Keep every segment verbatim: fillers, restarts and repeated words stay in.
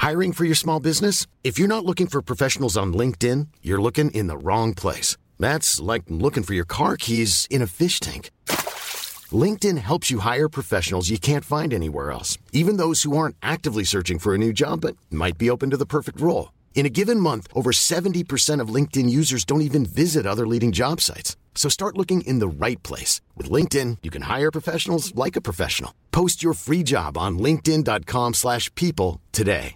Hiring for your small business? If you're not looking for professionals on LinkedIn, you're looking in the wrong place. That's like looking for your car keys in a fish tank. LinkedIn helps you hire professionals you can't find anywhere else, even those who aren't actively searching for a new job but might be open to the perfect role. In a given month, over seventy percent of LinkedIn users don't even visit other leading job sites. So start looking in the right place. With LinkedIn, you can hire professionals like a professional. Post your free job on linkedin.com slash people today.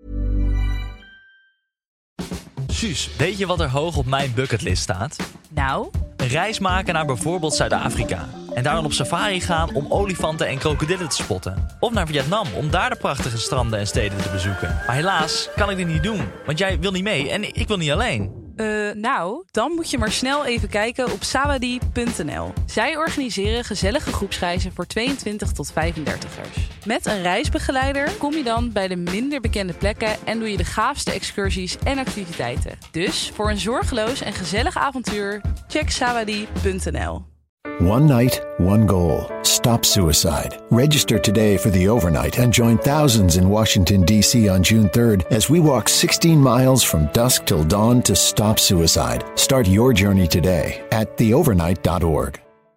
Suus, weet je wat er hoog op mijn bucketlist staat? Nou? Een reis maken naar bijvoorbeeld Zuid-Afrika. En daar dan op safari gaan om olifanten en krokodillen te spotten. Of naar Vietnam om daar de prachtige stranden en steden te bezoeken. Maar helaas kan ik dit niet doen, want jij wil niet mee en ik wil niet alleen. Uh, nou, dan moet je maar snel even kijken op sawadie punt n l. Zij organiseren gezellige groepsreizen voor tweeëntwintig tot vijfendertigers. Met een reisbegeleider kom je dan bij de minder bekende plekken en doe je de gaafste excursies en activiteiten. Dus voor een zorgeloos en gezellig avontuur, check sawadie punt n l. One night, one goal. Stop suicide. Register today for the overnight and join thousands in Washington, D C on June third as we walk sixteen miles from dusk till dawn to stop suicide. Start your journey today at the overnight dot org.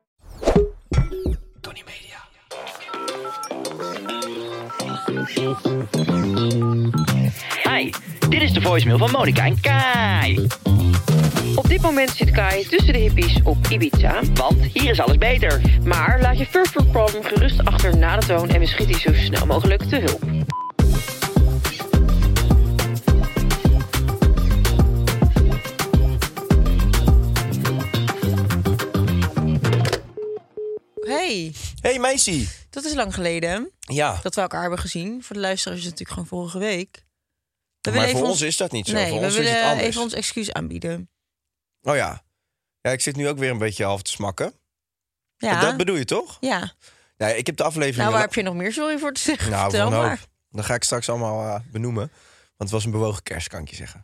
Tony Media. Hi, dit is de voicemail van Monica en Kai. Op dit moment zit Kai tussen de hippies op Ibiza. Want hier is alles beter. Maar laat je First World Problem gerust achter na de toon en we schieten je zo snel mogelijk te hulp. Hey. Hey meisje. Dat is lang geleden. Ja. Dat we elkaar hebben gezien. Voor de luisteraars is het natuurlijk gewoon vorige week. We maar voor ons... ons is dat niet zo. Nee, voor we ons willen is het anders. even ons excuus aanbieden. Oh ja. Ja, ik zit nu ook weer een beetje half te smakken. Ja. Dat bedoel je toch? Ja. Ja, ik heb de aflevering... Nou, waar heb je nog meer sorry voor te zeggen? Nou, Vertel voor een maar. hoop. Dat ga ik straks allemaal uh, benoemen. Want het was een bewogen kerst, kan ik je zeggen.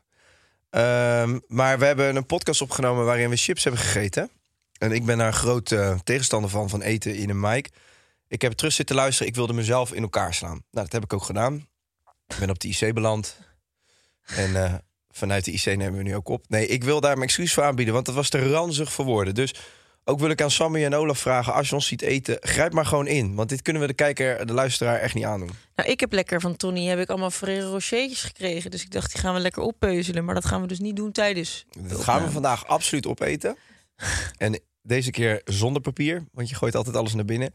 Um, maar we hebben een podcast opgenomen waarin we chips hebben gegeten. En ik ben daar een groot uh, tegenstander van, van eten in een mic. Ik heb terug zitten luisteren. Ik wilde mezelf in elkaar slaan. Nou, dat heb ik ook gedaan. Ik ben op de I C beland. En uh, vanuit de I C nemen we nu ook op. Nee, ik wil daar mijn excuus voor aanbieden, want dat was te ranzig voor woorden. Dus ook wil ik aan Sammy en Olaf vragen, als je ons ziet eten, grijp maar gewoon in. Want dit kunnen we de kijker, de luisteraar echt niet aandoen. Nou, ik heb lekker van Tony heb ik allemaal Ferrero Rochertjes gekregen. Dus ik dacht, die gaan we lekker oppeuzelen. Maar dat gaan we dus niet doen tijdens. Dat gaan we vandaag absoluut opeten. En deze keer zonder papier, want je gooit altijd alles naar binnen.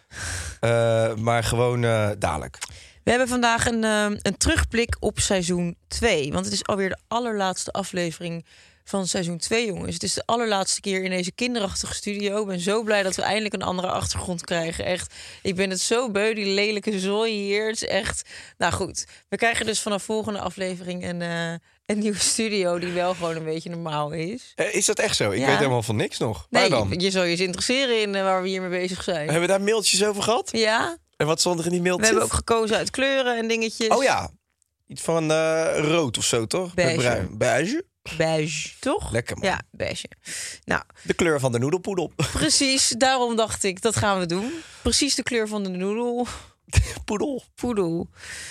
Uh, maar gewoon uh, dadelijk. We hebben vandaag een, uh, een terugblik op seizoen twee. Want het is alweer de allerlaatste aflevering van seizoen twee, jongens. Het is de allerlaatste keer in deze kinderachtige studio. Ik ben zo blij dat we eindelijk een andere achtergrond krijgen. Echt, ik ben het zo beu, die lelijke zooi hier. Het is echt... Nou goed, we krijgen dus vanaf volgende aflevering een, uh, een nieuwe studio die wel gewoon een beetje normaal is. Uh, is dat echt zo? Ik Ja. weet helemaal van niks nog. Nee, Waar dan? je zou je eens interesseren in uh, waar we hiermee bezig zijn. Hebben we daar mailtjes over gehad? Ja. En wat stond er in die We mailtjes? hebben ook gekozen uit kleuren en dingetjes. Oh ja, iets van uh, rood of zo, toch? Beige. Met bruin. Beige? Beige, toch? Lekker, man. Ja, beige. Nou, de kleur van de noedelpoedel. Precies, daarom dacht ik, dat gaan we doen. Precies de kleur van de noedel. Poedel. Poedel.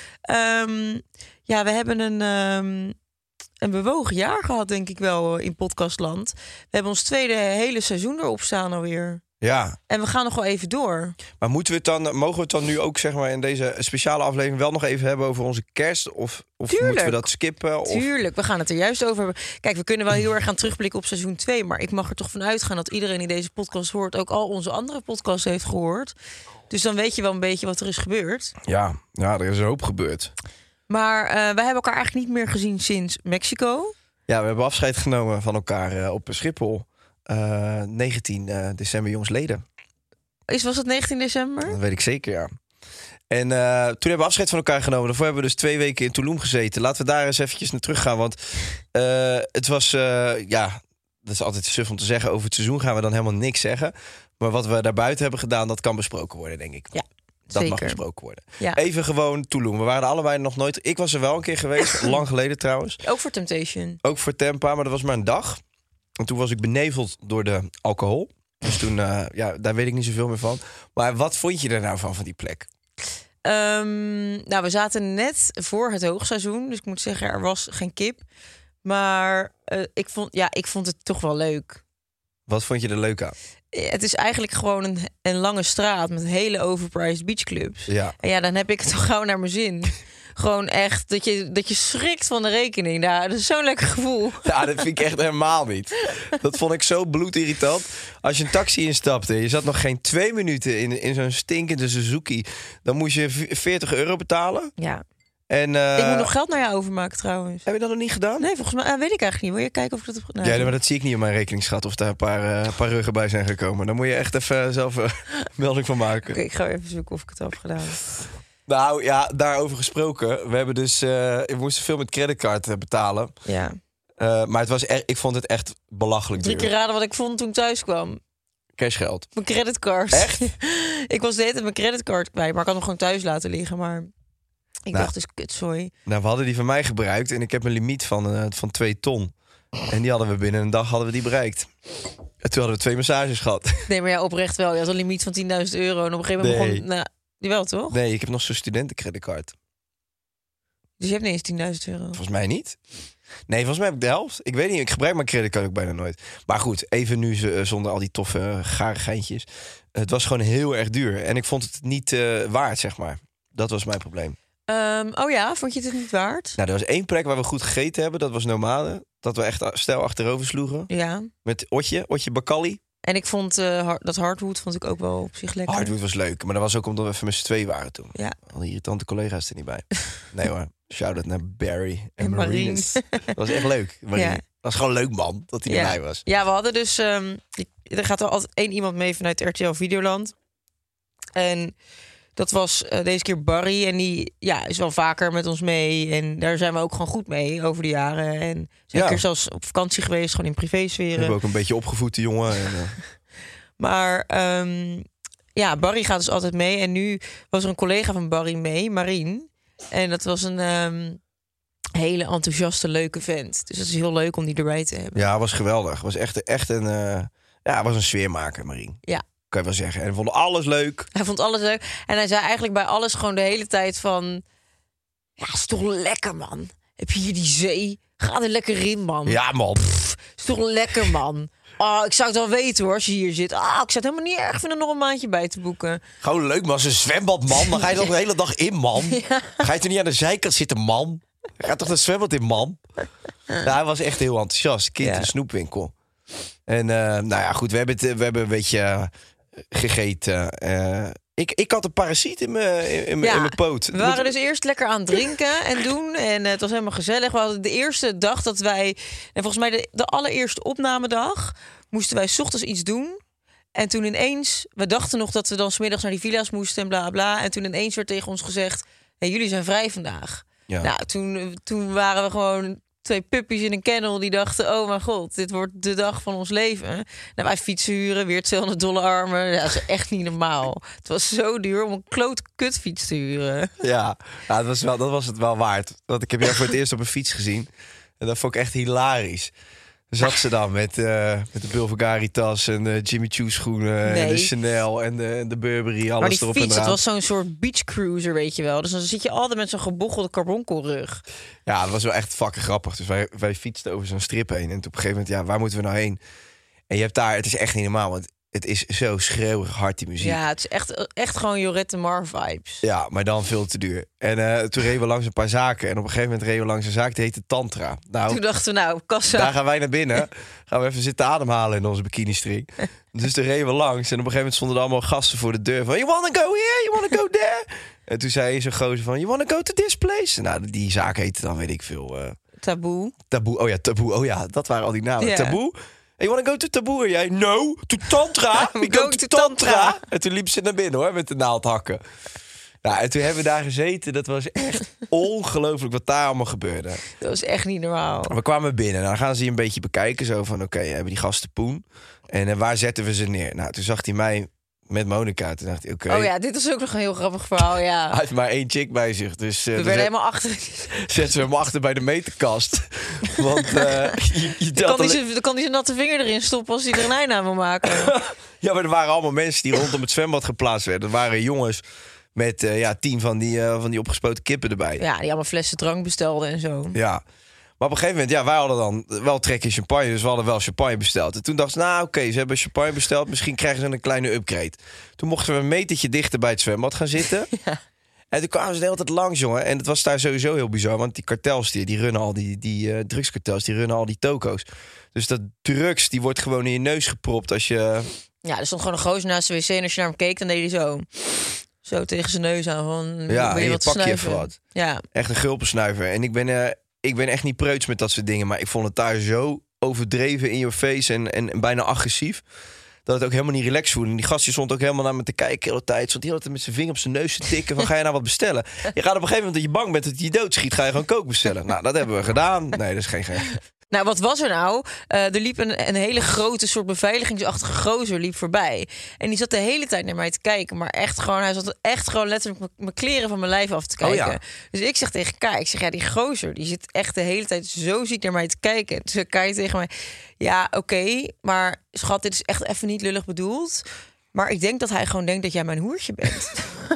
Um, ja, we hebben een, um, een bewogen jaar gehad, denk ik wel, in podcastland. We hebben ons tweede hele seizoen erop staan alweer. Ja. En we gaan nog wel even door. Maar moeten we het dan, mogen we het dan nu ook zeg maar in deze speciale aflevering wel nog even hebben over onze kerst? Of, of moeten we dat skippen? Of... Tuurlijk, we gaan het er juist over hebben. Kijk, we kunnen wel heel erg gaan terugblikken op seizoen twee. Maar ik mag er toch van uitgaan dat iedereen die deze podcast hoort ook al onze andere podcasts heeft gehoord. Dus dan weet je wel een beetje wat er is gebeurd. Ja, ja, er is een hoop gebeurd. Maar uh, wij hebben elkaar eigenlijk niet meer gezien sinds Mexico. Ja, we hebben afscheid genomen van elkaar uh, op Schiphol. Uh, negentien december jongsleden. Is, was het negentien december? Dat weet ik zeker, ja. En uh, toen hebben we afscheid van elkaar genomen. Daarvoor hebben we dus twee weken in Tulum gezeten. Laten we daar eens eventjes naar terug gaan. Want uh, het was, uh, ja, dat is altijd suf om te zeggen. Over het seizoen gaan we dan helemaal niks zeggen. Maar wat we daarbuiten hebben gedaan, dat kan besproken worden, denk ik. Ja, dat zeker. mag besproken worden. Ja. Even gewoon Tulum. We waren er allebei nog nooit. Ik was er wel een keer geweest, lang geleden trouwens. Ook voor Temptation. Ook voor Tempa, maar dat was maar een dag. En toen was ik beneveld door de alcohol. Dus toen, uh, ja, daar weet ik niet zoveel meer van. Maar wat vond je er nou van, van die plek? um, nou, we zaten net voor het hoogseizoen. Dus ik moet zeggen, er was geen kip. Maar uh, ik, vond, ja, ik vond het toch wel leuk. Wat vond je er leuk aan? Het is eigenlijk gewoon een, een lange straat met hele overpriced beachclubs. Ja. En ja, dan heb ik het toch gauw naar mijn zin. Gewoon echt dat je, dat je schrikt van de rekening daar. Dat is zo'n lekker gevoel. Ja, dat vind ik echt helemaal niet. Dat vond ik zo bloedirritant. Als je een taxi instapte, je zat nog geen twee minuten in, in zo'n stinkende Suzuki. Dan moest je veertig euro betalen. Ja. En, uh, ik moet nog geld naar jou overmaken trouwens. Heb je dat nog niet gedaan? Nee, volgens mij uh, weet ik eigenlijk niet. Wil je kijken of ik dat heb gedaan? Ja, maar dat zie ik niet op mijn rekeningsschat of daar een paar, uh, paar ruggen bij zijn gekomen. Dan moet je echt even zelf uh, melding van maken. Oké, okay, ik ga even zoeken of ik het heb gedaan. Nou ja, daarover gesproken. We hebben dus, uh, we moesten veel met creditcard betalen. Ja. Uh, maar het was echt, ik vond het echt belachelijk duur. Drie keer raden wat ik vond toen ik thuis kwam. Cashgeld. Mijn creditcard. Echt? Ik was de hele tijd mijn creditcard kwijt, maar ik had hem gewoon thuis laten liggen. Maar ik nou, dacht dus, kutzooi. Nou, we hadden die van mij gebruikt en ik heb een limiet van, uh, van twee ton. En die hadden we binnen een dag hadden we die bereikt. En toen hadden we twee massages gehad. Nee, maar ja, oprecht wel. Je had een limiet van tienduizend euro. En op een gegeven moment nee. begon... Nou, die wel, toch? Nee, ik heb nog zo'n studentencreditcard. Dus je hebt niet eens tienduizend euro? Volgens mij niet. Nee, volgens mij heb ik de helft. Ik weet niet, ik gebruik mijn creditcard ook bijna nooit. Maar goed, even nu zonder al die toffe uh, gare geintjes. Het was gewoon heel erg duur. En ik vond het niet uh, waard, zeg maar. Dat was mijn probleem. Um, oh ja, vond je het niet waard? Nou, er was één plek waar we goed gegeten hebben. Dat was Nomade. Dat we echt stijl achterover sloegen. Ja. Met Otje, Otje Bakali. En ik vond uh, dat Hardwood vond ik ook wel op zich lekker. Hardwood was leuk, maar dat was ook omdat we even met z'n twee waren toen. Ja. Al die irritante collega's er niet bij. Nee hoor, shout-out naar Barry en, en Marine. Dat was echt leuk. Marine. Ja. Dat was gewoon leuk, man, dat hij ja. erbij was. Ja, we hadden dus... Um, er gaat er altijd één iemand mee vanuit R T L Videoland. En dat was uh, deze keer Barry. En die ja, is wel vaker met ons mee. En daar zijn we ook gewoon goed mee over de jaren. En zijn ja. een keer zelfs op vakantie geweest, gewoon in privésferen. We hebben ook een beetje opgevoed, die jongen. En, uh... maar um, ja, Barry gaat dus altijd mee. En nu was er een collega van Barry mee, Marien. En dat was een um, hele enthousiaste, leuke vent. Dus dat is heel leuk om die erbij te hebben. Ja, was geweldig. Was echt, echt een, uh, ja, was een sfeermaker, Marien. Ja. Kan je wel zeggen. En hij vond alles leuk. Hij vond alles leuk. En hij zei eigenlijk bij alles gewoon de hele tijd van... Ja, is toch lekker, man. Heb je hier die zee? Ga er lekker in, man. Ja, man. Pff, is toch lekker, man. Oh, ik zou het wel weten, hoor, als je hier zit. Ah, ik zou het helemaal niet erg vinden om nog een maandje bij te boeken. Gewoon leuk, man. Als een zwembad, man. Dan ga je toch de hele dag in, man. Ja. Ga je toch niet aan de zijkant zitten, man? Ga toch het zwembad in, man? Nou, hij was echt heel enthousiast. Kind in ja. de snoepwinkel. En uh, nou ja, goed. We hebben, het, we hebben een beetje... Uh, gegeten. Uh, ik, ik had een parasiet in mijn in, ja, in mijn poot. We waren dus eerst lekker aan het drinken en doen. En uh, het was helemaal gezellig. We hadden de eerste dag dat wij... En volgens mij de, de allereerste opnamedag... moesten wij 's ochtends iets doen. En toen ineens... We dachten nog dat we dan 's middags naar die villa's moesten en bla bla. En toen ineens werd tegen ons gezegd... Hey, jullie zijn vrij vandaag. Ja. Nou, toen, toen waren we gewoon... twee puppies in een kennel die dachten... oh mijn god, dit wordt de dag van ons leven. Nou, wij fietsen huren, weer tweehonderd dollar armen. Ja, dat is echt niet normaal. Het was zo duur om een klote kutfiets te huren. Ja, ja dat, was wel, dat was het wel waard. Want ik heb jou voor het eerst op een fiets gezien. En dat vond ik echt hilarisch. Zat ze dan met, uh, met de Bulgari tas en de Jimmy Choo schoenen... Nee. En de Chanel en de, en de Burberry, alles maar die erop fiets, en eraan. Het was zo'n soort beach cruiser, weet je wel. Dus dan zit je altijd met zo'n gebochelde carbonkelrug. Ja, dat was wel echt fucking grappig. Dus wij, wij fietsten over zo'n strip heen. En op een gegeven moment, ja, waar moeten we nou heen? En je hebt daar, het is echt niet normaal, want het is zo schreeuwig hard, die muziek. Ja, het is echt, echt gewoon Jorette Mar vibes. Ja, maar dan veel te duur. En uh, toen reden we langs een paar zaken. En op een gegeven moment reden we langs een zaak, die heette Tantra. Nou, toen dachten we, nou, kassa. Daar gaan wij naar binnen. Gaan we even zitten ademhalen in onze bikini-string. Dus toen reden we langs. En op een gegeven moment stonden er allemaal gasten voor de deur. Van, you wanna go here? You wanna go there? En toen zei zo'n gozer van, you wanna go to this place? Nou, die zaak heette dan, weet ik veel. Uh, Taboe. Taboe, oh ja, Taboe. Oh ja, dat waren al die namen. Yeah. Taboe. Hey, you wanna go to Taboe? En jij, no, to Tantra. We go to, to tantra. tantra. En toen liep ze naar binnen, hoor, met de naaldhakken. Ja, en toen hebben we daar gezeten. Dat was echt ongelooflijk wat daar allemaal gebeurde. Dat was echt niet normaal. We kwamen binnen. Nou, dan gaan ze je een beetje bekijken. Zo van, oké, okay, hebben die gasten poen? En uh, waar zetten we ze neer? Nou, toen zag hij mij met Monica. Toen dacht hij, oké. Okay, oh ja, dit is ook nog een heel grappig verhaal, ja. Hij heeft maar één chick bij zich. Dus, uh, we dus werden helemaal achter. Zetten ze hem achter bij de meterkast. Want uh, je, je dan, kan hij, dan kan hij zijn natte vinger erin stoppen als hij er een einde aan wil maken. Ja, maar er waren allemaal mensen die rondom het zwembad geplaatst werden. Er waren jongens Met uh, ja, tien van die, uh, van die opgespoten kippen erbij. Ja, die allemaal flessen drank bestelden en zo. Ja. Maar op een gegeven moment, ja, wij hadden dan wel trek in champagne. Dus we hadden wel champagne besteld. En toen dachten ze, nou oké, okay, ze hebben champagne besteld. Misschien krijgen ze een kleine upgrade. Toen mochten we een metertje dichter bij het zwembad gaan zitten. Ja. En toen kwamen ze de hele tijd langs, jongen. En het was daar sowieso heel bizar. Want die kartels, die, die runnen al die, die uh, drugskartels, die runnen al die toko's. Dus dat drugs, die wordt gewoon in je neus gepropt als je... Ja, er stond gewoon een gozer naast de wc. En als je naar hem keek, dan deed hij zo... Zo tegen zijn neus aan. Van, ja, je en je wat pak je even wat. Ja. Echt een gulpensnuiver. En ik ben, uh, ik ben echt niet preuts met dat soort dingen. Maar ik vond het daar zo overdreven in your face en, en, en bijna agressief. Dat het ook helemaal niet relaxed voelde. En die gastje stond ook helemaal naar me te kijken de hele tijd. Stond de hele tijd met zijn vinger op zijn neus te tikken. Van, ga je nou wat bestellen? Je gaat op een gegeven moment dat je bang bent dat hij je doodschiet. Ga je gewoon kook bestellen. Nou, dat hebben we gedaan. Nee, dat is geen gek. Nou, wat was er nou? Uh, er liep een, een hele grote soort beveiligingsachtige gozer liep voorbij. En die zat de hele tijd naar mij te kijken. Maar echt gewoon, hij zat echt gewoon letterlijk mijn kleren van mijn lijf af te kijken. Oh ja. Dus ik zeg tegen Kai, ik zeg, ja, die gozer, die zit echt de hele tijd zo ziek naar mij te kijken. Dus zei Kai tegen mij, ja, oké, okay, maar schat, dit is echt even niet lullig bedoeld. Maar ik denk dat hij gewoon denkt dat jij mijn hoertje bent.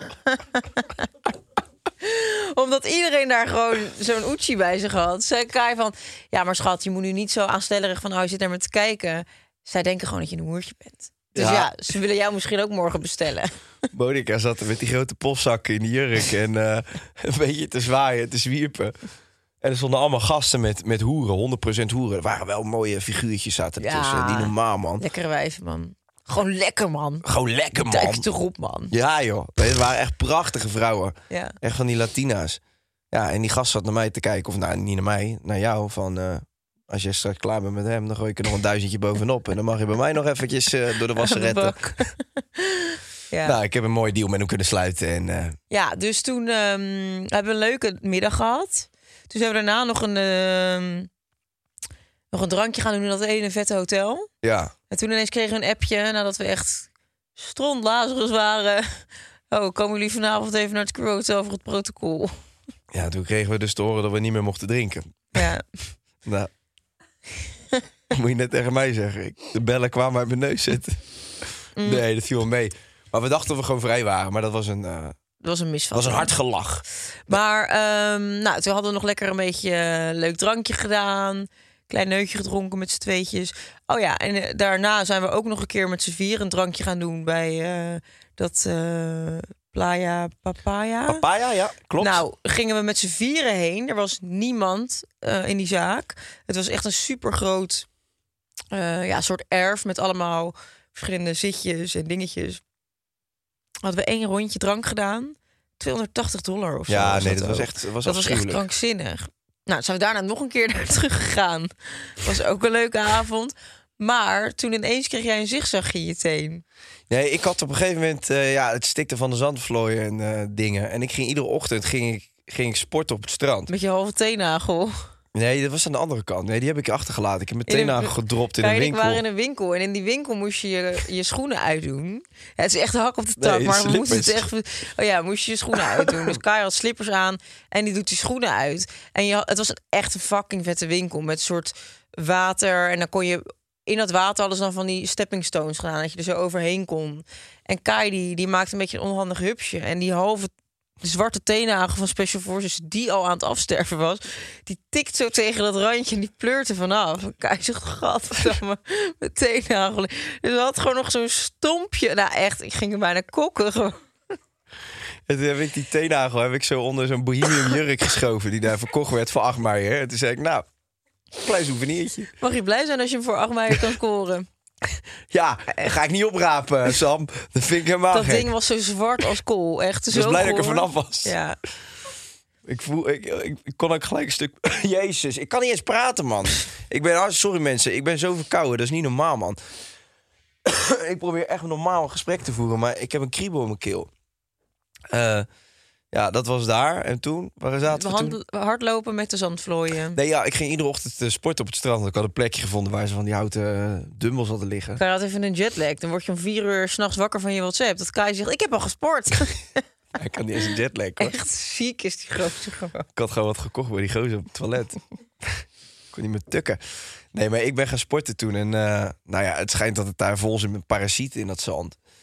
Omdat iedereen daar gewoon zo'n oetsie bij zich had. Zei Kai van, ja, maar schat, je moet nu niet zo aanstellerig van... oh, je zit naar me te kijken. Zij denken gewoon dat je een hoertje bent. Dus ja, ja ze willen jou misschien ook morgen bestellen. Monica zat er met die grote postzakken in die jurk... en uh, een beetje te zwaaien, te zwierpen. En er stonden allemaal gasten met, met hoeren, honderd procent hoeren. Er waren wel mooie figuurtjes zaten ertussen. Ja, niet normaal, man. Lekkere wijven, man. Gewoon lekker, man. Gewoon lekker, man. Duik toch op, man. Ja, joh. Het waren echt prachtige vrouwen. Ja. Echt van die Latina's. Ja, en die gast zat naar mij te kijken. Of nou, niet naar mij, naar jou. Van, uh, als je straks klaar bent met hem, dan gooi ik er nog een duizendje bovenop. En dan mag je bij mij nog eventjes uh, door de wassen retten. Ja. Nou, ik heb een mooie deal met hem kunnen sluiten. En, uh... Ja, dus toen um, hebben we een leuke middag gehad. Toen hebben we daarna nog een... Uh, nog een drankje gaan doen in dat ene vette hotel. Ja. En toen ineens kregen we een appje, nadat we echt strontlazerus waren. Oh, komen jullie vanavond even naar het Crew Hotel voor het protocol? Ja, toen kregen we dus te horen dat we niet meer mochten drinken. Ja. Nou, moet je net tegen mij zeggen. De bellen kwamen uit mijn neus zitten. Mm. Nee, dat viel wel mee. Maar we dachten dat we gewoon vrij waren, maar dat was een... Uh... Dat was een misvatting. Dat was een hard gelach. Maar, um, nou, toen hadden we nog lekker een beetje uh, leuk drankje gedaan. Klein neutje gedronken met z'n tweetjes. Oh ja, en uh, daarna zijn we ook nog een keer met z'n vier een drankje gaan doen bij uh, dat uh, Playa Papaya. Papaya, ja, klopt. Nou, gingen we met z'n vieren heen. Er was niemand uh, in die zaak. Het was echt een supergroot uh, ja, soort erf met allemaal verschillende zitjes en dingetjes. Hadden we één rondje drank gedaan. tweehonderdtachtig dollar of zo. Ja, was nee, dat, dat was echt was Dat was echt krankzinnig. Nou, zijn we daarna nog een keer naar terug gegaan. Was ook een leuke avond. Maar toen ineens kreeg jij een zigzagje in je teen. Nee, ik had op een gegeven moment... Uh, ja, het stikte van de zandvlooien en uh, dingen. En ik ging iedere ochtend ging ik, ging ik sporten op het strand. Met je halve teennagel. Nee, dat was aan de andere kant. Nee, die heb ik achtergelaten. Ik heb mijn teennagel gedropt in een winkel. We waren in een winkel. En in die winkel moest je je, je schoenen uitdoen. Ja, het is echt een hak op de tak. Nee, maar we moesten het echt... Oh ja, moest je je schoenen uitdoen. Dus Kai had slippers aan en die doet die schoenen uit. En je had, het was een echt een fucking vette winkel. Met een soort water. En dan kon je... In dat water hadden ze dan van die stepping stones gedaan. Dat je er zo overheen kon. En Kai die, die maakte een beetje een onhandig hupsje. En die halve... De zwarte teennagel van Special Forces, die al aan het afsterven was, die tikt zo tegen dat randje en die pleurt er vanaf. Kijk, zegt, gadverdamme, mijn teennagel. Dus we had gewoon nog zo'n stompje. Nou echt, ik ging er bijna kokken gewoon. En toen heb ik die teennagel heb ik zo onder zo'n bohemian jurk geschoven die daar verkocht werd voor acht mei. En toen zei ik, nou, klein souvenirtje. Mag je blij zijn als je hem voor acht mei kan scoren? Ja, dat ga ik niet oprapen, Sam. Dat vind ik helemaal Dat gek. ding was zo zwart als kool. Echt zo. Ik was blij goor. dat ik er vanaf was. Ja. Ik, voel, ik, ik, ik kon ook gelijk een stuk... Jezus, ik kan niet eens praten, man. Ik ben... Sorry, mensen. Ik ben zo verkouden. Dat is niet normaal, man. Ik probeer echt een normaal gesprek te voeren, maar ik heb een kriebel in mijn keel. Uh, ja, dat was daar. En toen? Waar zaten we, we hand, toen? Hardlopen met de zandvlooien. Nee, ja, ik ging iedere ochtend uh, sporten op het strand. Ik had een plekje gevonden waar ze van die houten uh, dumbbells hadden liggen. Kai had even een jetlag. Dan word je om vier uur 's nachts wakker van je WhatsApp. Dat Kai zegt, ik heb al gesport. Hij kan niet eens een jetlag, hoor. Echt ziek is die gozer gewoon. Ik had gewoon wat gekocht bij die gozer op het toilet. Ik kon niet meer tukken. Nee, maar ik ben gaan sporten toen. En uh, nou ja, het schijnt dat het daar vol zit met parasieten in dat zand.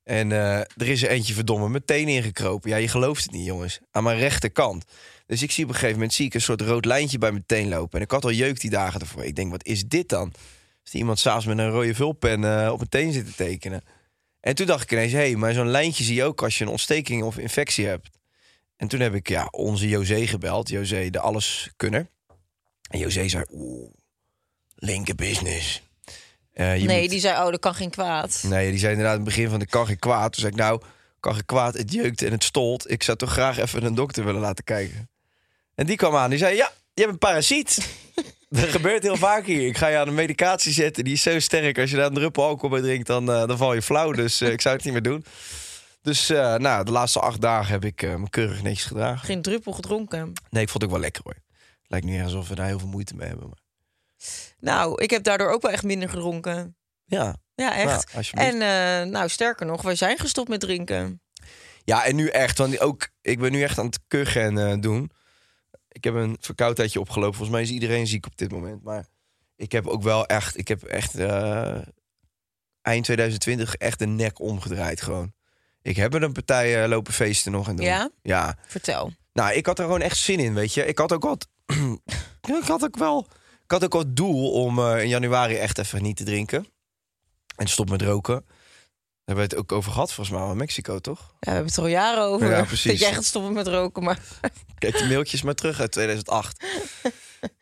En uh, er is er eentje verdomme meteen ingekropen. Ja, je gelooft het niet, jongens. Aan mijn rechterkant. Dus ik zie op een gegeven moment zie ik een soort rood lijntje bij mijn teen lopen. En ik had al jeuk die dagen ervoor. Ik denk, wat is dit dan? Is iemand s'avonds met een rode vulpen uh, op mijn teen zitten tekenen. En toen dacht ik ineens, hé, hey, maar zo'n lijntje zie je ook als je een ontsteking of infectie hebt. En toen heb ik ja, onze José gebeld. José, de alleskunner. En José zei, oeh, linker business. Uh, je nee, moet... die zei, oh, dat kan geen kwaad. Nee, die zei inderdaad in het begin van, de kan geen kwaad. Toen zei ik, nou, kan geen kwaad, het jeukt en het stolt. Ik zou toch graag even een dokter willen laten kijken. En die kwam aan, die zei, ja, je hebt een parasiet. Dat gebeurt heel vaak hier. Ik ga je aan een medicatie zetten, die is zo sterk. Als je daar een druppel alcohol bij drinkt, dan, uh, dan val je flauw. Dus uh, ik zou het niet meer doen. Dus uh, nou, de laatste acht dagen heb ik uh, me keurig netjes gedragen. Geen druppel gedronken? Nee, ik vond het ook wel lekker hoor. Lijkt niet alsof we daar heel veel moeite mee hebben. Maar... Nou, ik heb daardoor ook wel echt minder gedronken. Ja. Ja, echt. Nou, en uh, nou, sterker nog, wij zijn gestopt met drinken. Ja, en nu echt. Want ook, ik ben nu echt aan het kuchen en uh, doen. Ik heb een verkoudheidje opgelopen. Volgens mij is iedereen ziek op dit moment. Maar ik heb ook wel echt... Ik heb echt uh, eind twintig twintig echt de nek omgedraaid gewoon. Ik heb er een partij uh, lopen feesten nog en doen. Ja? Ja. Vertel. Nou, ik had er gewoon echt zin in, weet je. Ik had ook wat... ik had ook wel... Ik had ook wel het doel om uh, in januari echt even niet te drinken. En stop met roken. Daar hebben we het ook over gehad, volgens mij, in Mexico, toch? Ja, we hebben het er al jaren over. Ja, precies. Dat jij gaat stoppen met roken, maar... Kijk de mailtjes maar terug uit tweeduizend acht. uh,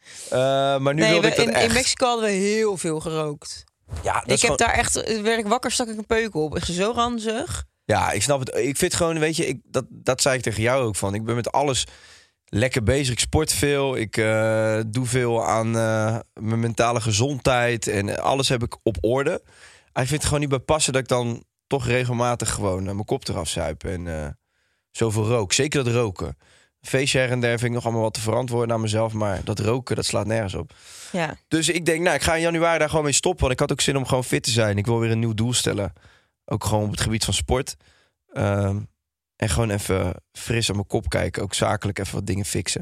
maar nu nee, wilde we, ik dat in, echt. in Mexico hadden we heel veel gerookt. Ja, dat ik heb gewoon... daar echt... Werd ik wakker, stak ik een peuk op. Echt zo ranzig. Ja, ik snap het. Ik vind gewoon, weet je, ik, dat, dat zei ik tegen jou ook van. Ik ben met alles lekker bezig. Ik sport veel. Ik uh, doe veel aan uh, mijn mentale gezondheid. En alles heb ik op orde. Ik vind het gewoon niet bij passen dat ik dan toch regelmatig gewoon uh, mijn kop eraf zuip. En uh, zoveel rook. Zeker dat roken. Een feestje her en der vind ik nog allemaal wat te verantwoorden aan mezelf. Maar dat roken, dat slaat nergens op. Ja. Dus ik denk, nou, ik ga in januari daar gewoon mee stoppen. Want ik had ook zin om gewoon fit te zijn. Ik wil weer een nieuw doel stellen. Ook gewoon op het gebied van sport. Um, en gewoon even fris aan mijn kop kijken. Ook zakelijk even wat dingen fixen.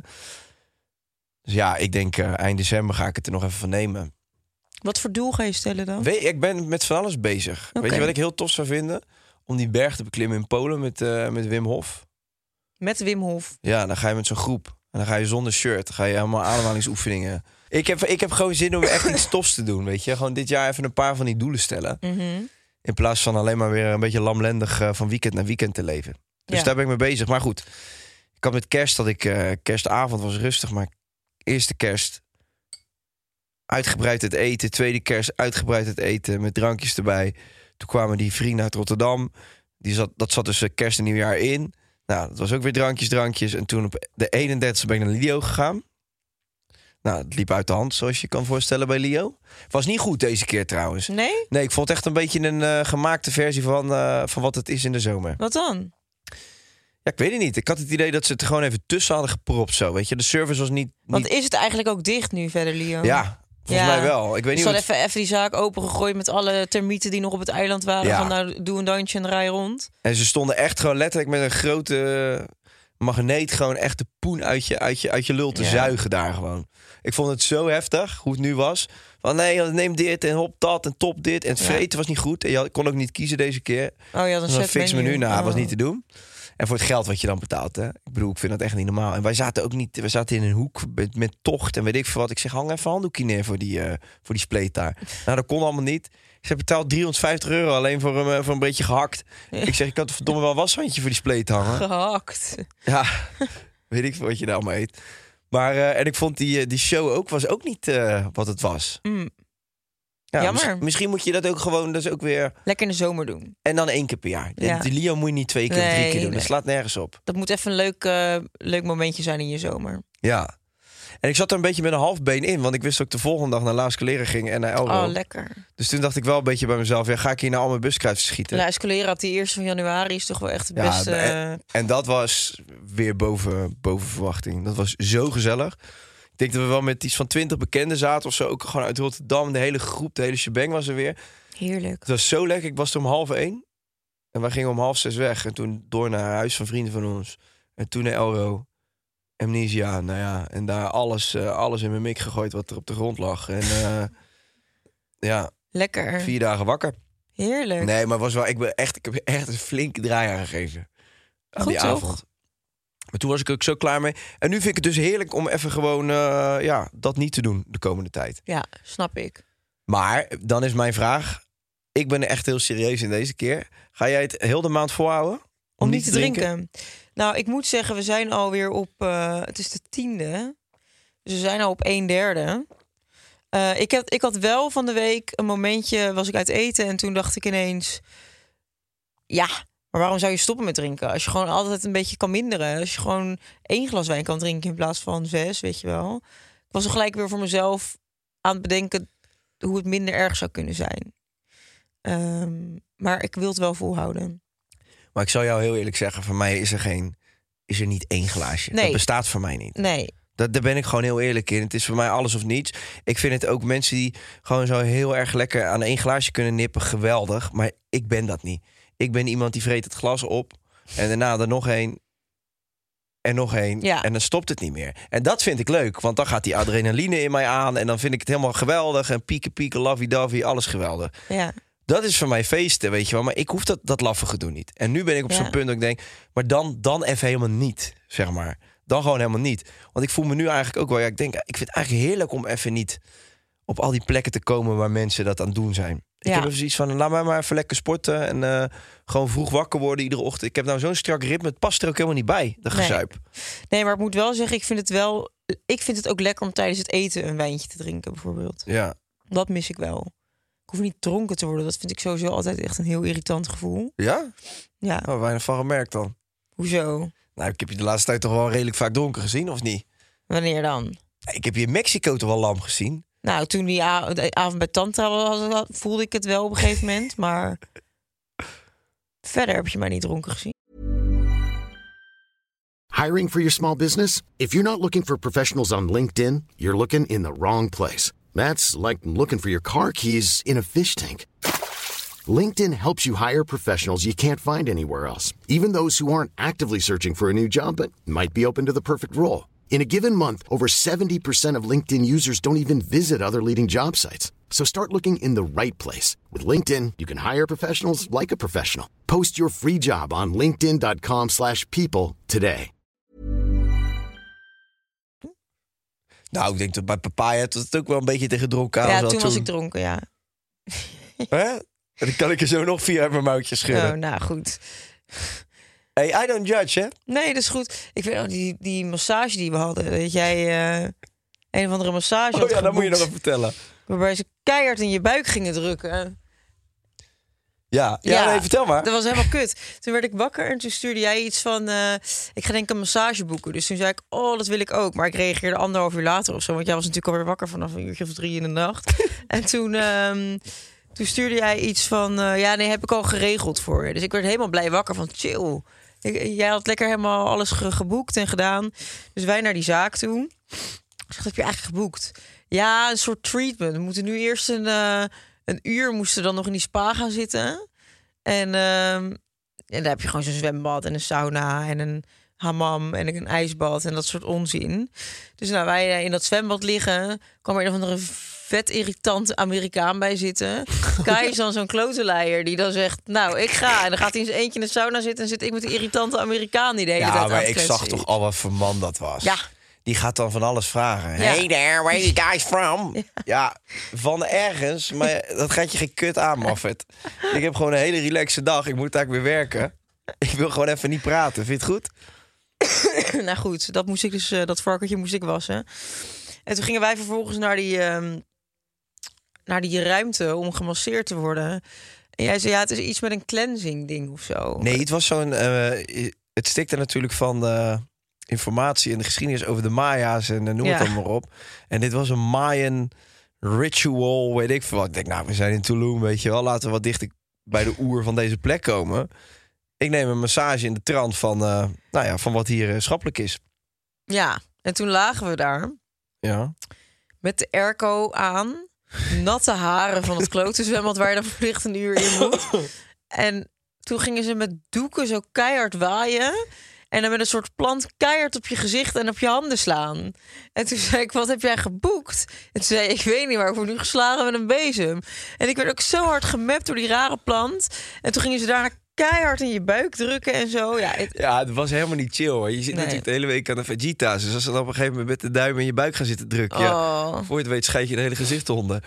Dus ja, ik denk uh, eind december ga ik het er nog even van nemen. Wat voor doel ga je stellen dan? Weet, ik ben met van alles bezig. Okay. Weet je wat ik heel tof zou vinden? Om die berg te beklimmen in Polen met, uh, met Wim Hof. Met Wim Hof? Ja, dan ga je met zo'n groep. En dan ga je zonder shirt. Dan ga je helemaal ademhalingsoefeningen. Ik heb, ik heb gewoon zin om echt iets tofs te doen. Weet je, gewoon dit jaar even een paar van die doelen stellen. Mm-hmm. In plaats van alleen maar weer een beetje lamlendig uh, van weekend naar weekend te leven. Dus ja. daar ben ik mee bezig. Maar goed, ik had met kerst dat ik... Uh, kerstavond was rustig, maar eerste kerst... uitgebreid het eten. Tweede kerst uitgebreid het eten met drankjes erbij. Toen kwamen die vrienden uit Rotterdam. Die zat, dat zat tussen kerst en nieuwjaar in. Nou, dat was ook weer drankjes, drankjes. En toen op de eenendertigste ben ik naar Lido gegaan. Nou, het liep uit de hand, zoals je kan voorstellen bij Leo. Was niet goed deze keer trouwens. Nee? Nee, ik vond het echt een beetje een uh, gemaakte versie van, uh, van wat het is in de zomer. Wat dan? Ja, ik weet het niet. Ik had het idee dat ze het er gewoon even tussen hadden gepropt zo, weet je. De service was niet... niet... Want is het eigenlijk ook dicht nu verder, Leo? Ja, volgens ja. mij wel. Ik weet niet niet zal het... even, even die zaak opengegooid met alle termieten die nog op het eiland waren. Ja. Van nou, doe een dansje en draai rond. En ze stonden echt gewoon letterlijk met een grote magneet gewoon echt de poen uit je, uit je, uit je lul te ja. zuigen daar gewoon. Ik vond het zo heftig, hoe het nu was. Van nee, neem dit en hop dat en top dit. En het vreten ja. was niet goed. En je kon ook niet kiezen deze keer. Oh ja, dan een fix menu. menu. Nou, oh. was niet te doen. En voor het geld wat je dan betaalt, hè. Ik bedoel, ik vind dat echt niet normaal. En wij zaten ook niet, we zaten in een hoek met, met tocht en weet ik veel wat. Ik zeg, hang even een handdoekje neer voor die, uh, voor die spleet daar. Nou, dat kon allemaal niet. Ik zeg, betaal driehonderdvijftig euro alleen voor een, voor een beetje gehakt. Ja. Ik zeg, ik had verdomme wel washandje voor die spleet hangen. Gehakt. Ja, weet ik veel wat je daar allemaal eet. Maar, uh, en ik vond die, die show ook, was ook niet uh, wat het was. Mm. Ja, Jammer. Mis, misschien moet je dat ook gewoon, dus ook weer... Lekker in de zomer doen. En dan één keer per jaar. Ja. Die Leo moet je niet twee keer nee, of drie keer doen. Nee. Dat slaat nergens op. Dat moet even een leuk, uh, leuk momentje zijn in je zomer. Ja. En ik zat er een beetje met een half been in. Want ik wist dat ik de volgende dag naar La Escalera ging en naar Elro. Oh, lekker. Dus toen dacht ik wel een beetje bij mezelf... Ja, ga ik hier nou al mijn buskruiders schieten? La Escalera had die eerste van januari is toch wel echt het ja, beste... En, en dat was weer boven, boven verwachting. Dat was zo gezellig. Ik denk dat we wel met iets van twintig bekenden zaten of zo. Ook gewoon uit Rotterdam. De hele groep, de hele shebang was er weer. Heerlijk. Het was zo lekker. Ik was er om half één. En wij gingen om half zes weg. En toen door naar huis van vrienden van ons. En toen naar Elro. Amnesia, nou ja. En daar alles, uh, alles in mijn mik gegooid wat er op de grond lag. En uh, ja. Lekker. Vier dagen wakker. Heerlijk. Nee, maar was wel, ik, ben echt, ik heb echt een flinke draai aan gegeven. Aan Goed, die toch? avond. Maar toen was ik ook zo klaar mee. En nu vind ik het dus heerlijk om even gewoon uh, ja, dat niet te doen de komende tijd. Ja, snap ik. Maar dan is mijn vraag. Ik ben echt heel serieus in deze keer. Ga jij het heel de maand volhouden? Om, Om niet te drinken? drinken? Nou, ik moet zeggen, we zijn alweer op... Uh, het is de tiende. Dus we zijn al op een derde. Uh, ik, heb, ik had wel van de week een momentje, was ik uit eten... en toen dacht ik ineens... Ja, maar waarom zou je stoppen met drinken? Als je gewoon altijd een beetje kan minderen. Als je gewoon één glas wijn kan drinken in plaats van zes, weet je wel. Ik was er gelijk weer voor mezelf aan het bedenken... hoe het minder erg zou kunnen zijn. Um, maar ik wil het wel volhouden. Maar ik zal jou heel eerlijk zeggen, voor mij is er geen, is er niet één glaasje. Nee. Dat bestaat voor mij niet. Nee. Dat, daar ben ik gewoon heel eerlijk in. Het is voor mij alles of niets. Ik vind het ook mensen die gewoon zo heel erg lekker aan één glaasje kunnen nippen, geweldig. Maar ik ben dat niet. Ik ben iemand die vreet het glas op en daarna er nog één en nog één. Ja. En dan stopt het niet meer. En dat vind ik leuk, want dan gaat die adrenaline in mij aan en dan vind ik het helemaal geweldig. En pieken, pieken, lovey-dovey, alles geweldig. Ja. Dat is voor mij feesten, weet je wel. Maar ik hoef dat, dat laffe gedoe niet. En nu ben ik op Ja. zo'n punt dat ik denk... maar dan, dan even helemaal niet, zeg maar. Dan gewoon helemaal niet. Want ik voel me nu eigenlijk ook wel... Ja, ik denk, ik vind het eigenlijk heerlijk om even niet... op al die plekken te komen waar mensen dat aan het doen zijn. Ik Ja. heb even zoiets van, laat mij maar even lekker sporten... en uh, gewoon vroeg wakker worden iedere ochtend. Ik heb nou zo'n strak ritme, het past er ook helemaal niet bij, dat gezuip. Nee. nee, maar ik moet wel zeggen, ik vind het wel... Ik vind het ook lekker om tijdens het eten een wijntje te drinken, bijvoorbeeld. Ja. Dat mis ik wel. Ik hoef niet dronken te worden. Dat vind ik sowieso altijd echt een heel irritant gevoel. Ja? Ja. Oh, weinig van gemerkt dan. Hoezo? Nou, ik heb je de laatste tijd toch wel redelijk vaak dronken gezien, of niet? Wanneer dan? Ik heb je in Mexico toch wel lam gezien? Nou, toen die a- de avond bij Tantra was, voelde ik het wel op een gegeven moment. Maar verder heb je mij niet dronken gezien. Hiring for your small business? If you're not looking for professionals on LinkedIn, you're looking in the wrong place. That's like looking for your car keys in a fish tank. LinkedIn helps you hire professionals you can't find anywhere else, even those who aren't actively searching for a new job but might be open to the perfect role. In a given month, over seventy percent of LinkedIn users don't even visit other leading job sites. So start looking in the right place. With LinkedIn, you can hire professionals like a professional. Post your free job on linkedin dot com slash people today. Nou, ik denk dat bij papaya dat het ook wel een beetje tegen dronken aan Ja, zat toen was ik dronken, ja. Hè? En dan kan ik er zo nog vier uit mijn mouwtje schudden. Oh, nou goed. Hey, I don't judge, hè? Nee, dat is goed. Ik weet nog, die, die massage die we hadden. Dat jij uh, een of andere massage Oh had ja, dat moet je nog geboekt, even vertellen. waarbij ze keihard in je buik gingen drukken. Ja, ja, Ja, nee, vertel maar. Dat was helemaal kut. Toen werd ik wakker en toen stuurde jij iets van... Uh, ik ga denk ik een massage boeken. Dus toen zei ik, oh, dat wil ik ook. Maar ik reageerde anderhalf uur later of zo. Want jij was natuurlijk alweer wakker vanaf een uurtje of drie in de nacht. En toen, um, toen stuurde jij iets van... Uh, ja, nee, heb ik al geregeld voor je. Dus ik werd helemaal blij wakker van chill. Ik, jij had lekker helemaal alles ge- geboekt en gedaan. Dus wij naar die zaak toe. Ik zeg, heb je eigenlijk geboekt? Ja, een soort treatment. We moeten nu eerst een... Uh, Een uur moesten dan nog in die spa gaan zitten. En, uh, en daar heb je gewoon zo'n zwembad en een sauna en een hammam en een ijsbad en dat soort onzin. Dus nou, wij in dat zwembad liggen, kwam er een of andere vet irritante Amerikaan bij zitten. Kai is dan zo'n klotenleier die dan zegt, nou, ik ga. En dan gaat hij in zijn eentje in de sauna zitten en zit ik met die irritante Amerikaan die de hele tijd Ja, aan maar het ik kletsen zag is. toch al wat voor man dat was. Ja. Die gaat dan van alles vragen. Ja. Hey there, where are you guys from? Ja, ja van ergens, maar dat gaat je geen kut aan, Moffat. Ik heb gewoon een hele relaxe dag. Ik moet eigenlijk weer werken. Ik wil gewoon even niet praten. Vind je het goed? Nou goed, dat moest ik dus, uh, dat varkentje moest ik wassen. En toen gingen wij vervolgens naar die, um, naar die ruimte om gemasseerd te worden. En jij zei, ja, het is iets met een cleansing ding of zo. Nee, het was zo'n... Uh, het stikte natuurlijk van de informatie en de geschiedenis over de Maya's en uh, noem Ja. het dan maar op. En dit was een Mayan ritual, weet ik veel wat. Ik denk, nou, we zijn in Tulum, weet je wel. Laten we wat dichter bij de oer van deze plek komen. Ik neem een massage in de trant van, uh, nou ja, van wat hier uh, schappelijk is. Ja, en toen lagen we daar Ja. met de airco aan, natte haren van het klote zwembad waar je dan verplicht een uur in moet. En toen gingen ze met doeken zo keihard waaien. En dan met een soort plant keihard op je gezicht en op je handen slaan. En toen zei ik, wat heb jij geboekt? En toen zei ik, ik weet niet, maar ik word nu geslagen met een bezem. En ik werd ook zo hard gemapt door die rare plant. En toen gingen ze daarna keihard in je buik drukken en zo. Ja, het, ja, het was helemaal niet chill. Hoor. Je zit Nee. natuurlijk de hele week aan de Vegeta's. Dus als ze dan op een gegeven moment met de duim in je buik gaan zitten drukken... Ja, Oh. voor je het weet scheid je de hele gezicht te honden.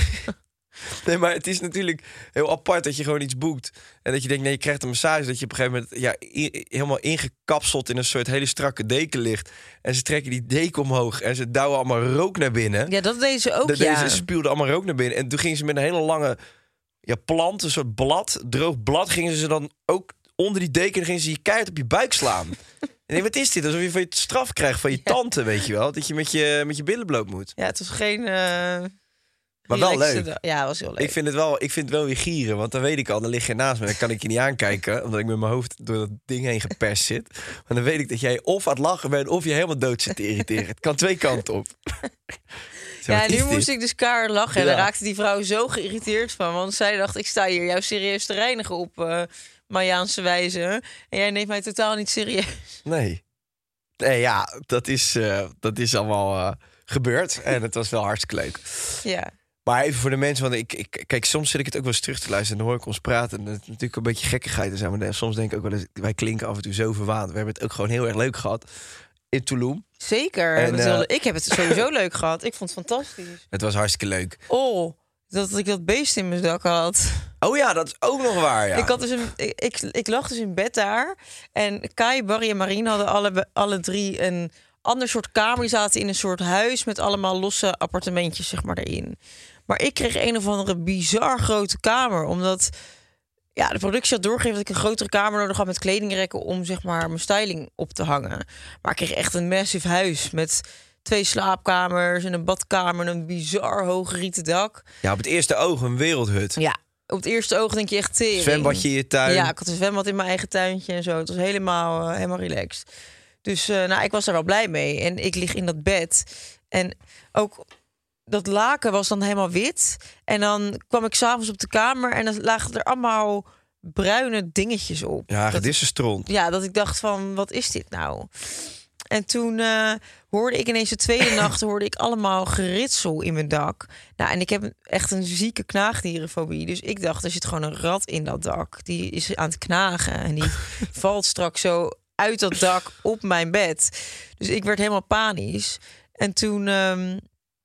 Nee, maar het is natuurlijk heel apart dat je gewoon iets boekt. En dat je denkt, nee, je krijgt een massage. Dat je op een gegeven moment ja, i- helemaal ingekapseld in een soort hele strakke deken ligt. En ze trekken die deken omhoog en ze douwen allemaal rook naar binnen. ja, dat deden ze ook, Dat ja. Ze spuwden allemaal rook naar binnen. En toen gingen ze met een hele lange ja, plant, een soort blad, droog blad, gingen ze dan ook onder die deken en gingen ze je keihard op je buik slaan. En ik, wat is dit? Alsof je van je straf krijgt van je Ja. tante, weet je wel? Dat je met je, met je billen bloot moet. Ja, het was geen... eh, Maar wel relaxte leuk. dag. Ja, het was heel leuk. Ik vind het wel, ik vind het wel weer gieren, want dan weet ik al, dan lig je naast me, dan kan ik je niet aankijken, omdat ik met mijn hoofd door dat ding heen geperst zit. Maar dan weet ik dat jij of aan het lachen bent, of je helemaal dood zit te irriteren. Het kan twee kanten op. Zo, Ja, wat nu is moest dit? ik dus kaart lachen. En Ja. daar raakte die vrouw zo geïrriteerd van. Want zij dacht, ik sta hier jou serieus te reinigen op uh, Mayaanse wijze. En jij neemt mij totaal niet serieus. Nee. Nee, ja, dat is, uh, dat is allemaal uh, gebeurd. En het was wel hartstikke leuk. Ja. Maar even voor de mensen, want ik, ik kijk, soms zit ik het ook wel eens terug te luisteren en dan hoor ik ons praten. En het is natuurlijk een beetje gekkigheid te zijn. Maar soms denk ik ook wel eens, wij klinken af en toe zo verwaand. We hebben het ook gewoon heel erg leuk gehad in Tulum. Zeker. En, En, uh, uh, ik heb het sowieso leuk gehad. Ik vond het fantastisch. Het was hartstikke leuk. Oh, dat ik dat beest in mijn dak had. Oh ja, dat is ook nog waar, ja. Ik, had dus een, ik, ik, ik lag dus in bed daar. En Kai, Barry en Marien hadden alle, alle drie een ander soort kamer. Die zaten in een soort huis met allemaal losse appartementjes, zeg maar, erin. Maar ik kreeg een of andere bizar grote kamer. Omdat ja, de productie had doorgegeven dat ik een grotere kamer nodig had met kledingrekken om, zeg maar, mijn styling op te hangen. Maar ik kreeg echt een massive huis met twee slaapkamers en een badkamer en een bizar hoog rieten dak. Ja, op het eerste oog een wereldhut. Ja, op het eerste oog denk je echt tering. Zwembadje in je tuin. Ja, ik had een zwembad in mijn eigen tuintje en zo. Het was helemaal, uh, helemaal relaxed. Dus uh, nou, ik was er wel blij mee. En ik lig in dat bed. En ook dat laken was dan helemaal wit. En dan kwam ik s'avonds op de kamer en dan lagen er allemaal bruine dingetjes op. Ja, dat, gedissenstront. ja, dat ik dacht van, wat is dit nou? En toen uh, hoorde ik ineens de tweede nacht hoorde ik allemaal geritsel in mijn dak. Nou, en ik heb echt een zieke knaagdierenfobie. Dus ik dacht, er zit gewoon een rat in dat dak. Die is aan het knagen en die valt straks zo uit dat dak op mijn bed. Dus ik werd helemaal panisch. En toen, um,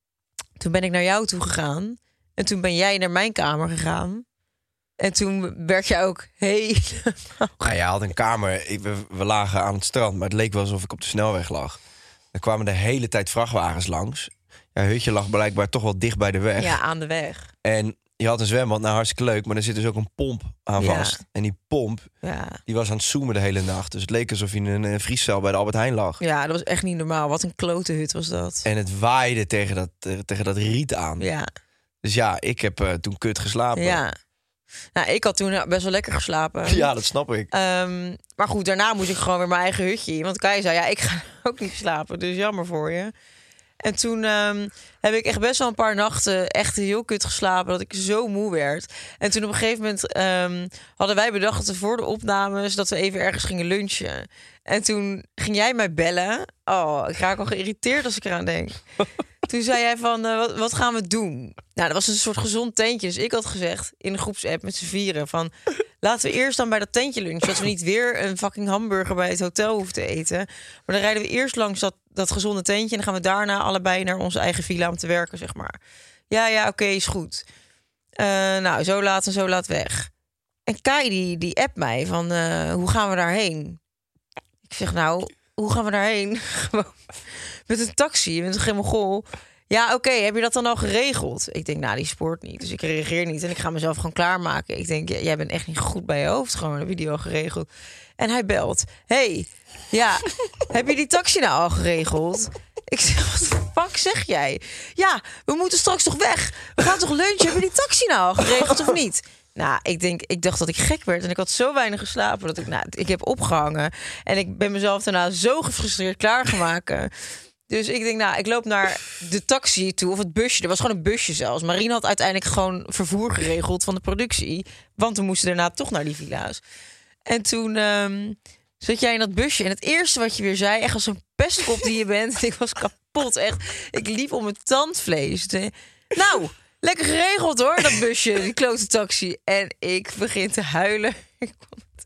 toen ben ik naar jou toe gegaan. En toen ben jij naar mijn kamer gegaan. En toen werd je ook helemaal... Nou, je had een kamer. Ik, we, we lagen aan het strand, maar het leek wel alsof ik op de snelweg lag. Er kwamen de hele tijd vrachtwagens langs. Ja, hutje lag blijkbaar toch wel dicht bij de weg. Ja, aan de weg. En je had een zwembad, nou hartstikke leuk, maar er zit dus ook een pomp aan Ja. vast. En die pomp, Ja. die was aan het zoomen de hele nacht. Dus het leek alsof je in een, een vriescel bij de Albert Heijn lag. Ja, dat was echt niet normaal. Wat een klote hut was dat. En het waaide tegen dat, eh, tegen dat riet aan. Ja. Dus ja, ik heb uh, toen kut geslapen. Ja. Nou, ik had toen best wel lekker geslapen. Ja, dat snap ik. Um, maar goed, daarna moest ik gewoon weer mijn eigen hutje in. Want Kai zei, ja, ik ga ook niet slapen. Dus jammer voor je. En toen um, heb ik echt best wel een paar nachten echt heel kut geslapen. Dat ik zo moe werd. En toen op een gegeven moment um, hadden wij bedacht dat we voor de opnames dat we even ergens gingen lunchen. En toen ging jij mij bellen. Oh, ik raak al geïrriteerd als ik eraan denk. Toen zei jij van, uh, wat, wat gaan we doen? Nou, dat was een soort gezond tentje. Dus ik had gezegd in de groepsapp met z'n vieren van, laten we eerst dan bij dat tentje lunchen. Zodat we niet weer een fucking hamburger bij het hotel hoeven te eten. Maar dan rijden we eerst langs dat, dat gezonde tentje. En dan gaan we daarna allebei naar onze eigen villa om te werken, zeg maar. Ja, ja, oké, okay, is goed. Uh, nou, zo laat en zo laat weg. En Kai die, die appt mij van, uh, hoe gaan we daarheen? Ik zeg, nou, hoe gaan we daarheen? Gewoon met een taxi, je bent toch helemaal gol? Ja, oké, okay, heb je dat dan al geregeld? Ik denk, nou, die spoort niet, dus ik reageer niet. En ik ga mezelf gewoon klaarmaken. Ik denk, jij bent echt niet goed bij je hoofd. Gewoon, heb je die al geregeld? En hij belt. Hey, ja, heb je die taxi nou al geregeld? Ik zeg, wat de fuck zeg jij? Ja, we moeten straks toch weg? We gaan toch lunchen? Heb je die taxi nou al geregeld of niet? Nou, ik denk, ik dacht dat ik gek werd. En ik had zo weinig geslapen dat ik, nou, ik heb opgehangen. En ik ben mezelf daarna zo gefrustreerd klaargemaakt. Dus ik denk, nou, ik loop naar de taxi toe, of het busje. Er was gewoon een busje zelfs. Marien had uiteindelijk gewoon vervoer geregeld van de productie. Want we moesten daarna toch naar die villa's. En toen um, zat jij in dat busje. En het eerste wat je weer zei, echt als een pestkop die je bent. Ik was kapot, echt. Ik liep om mijn tandvlees. Nou, lekker geregeld hoor, dat busje, die klote taxi. En ik begin te huilen. Ik kon het.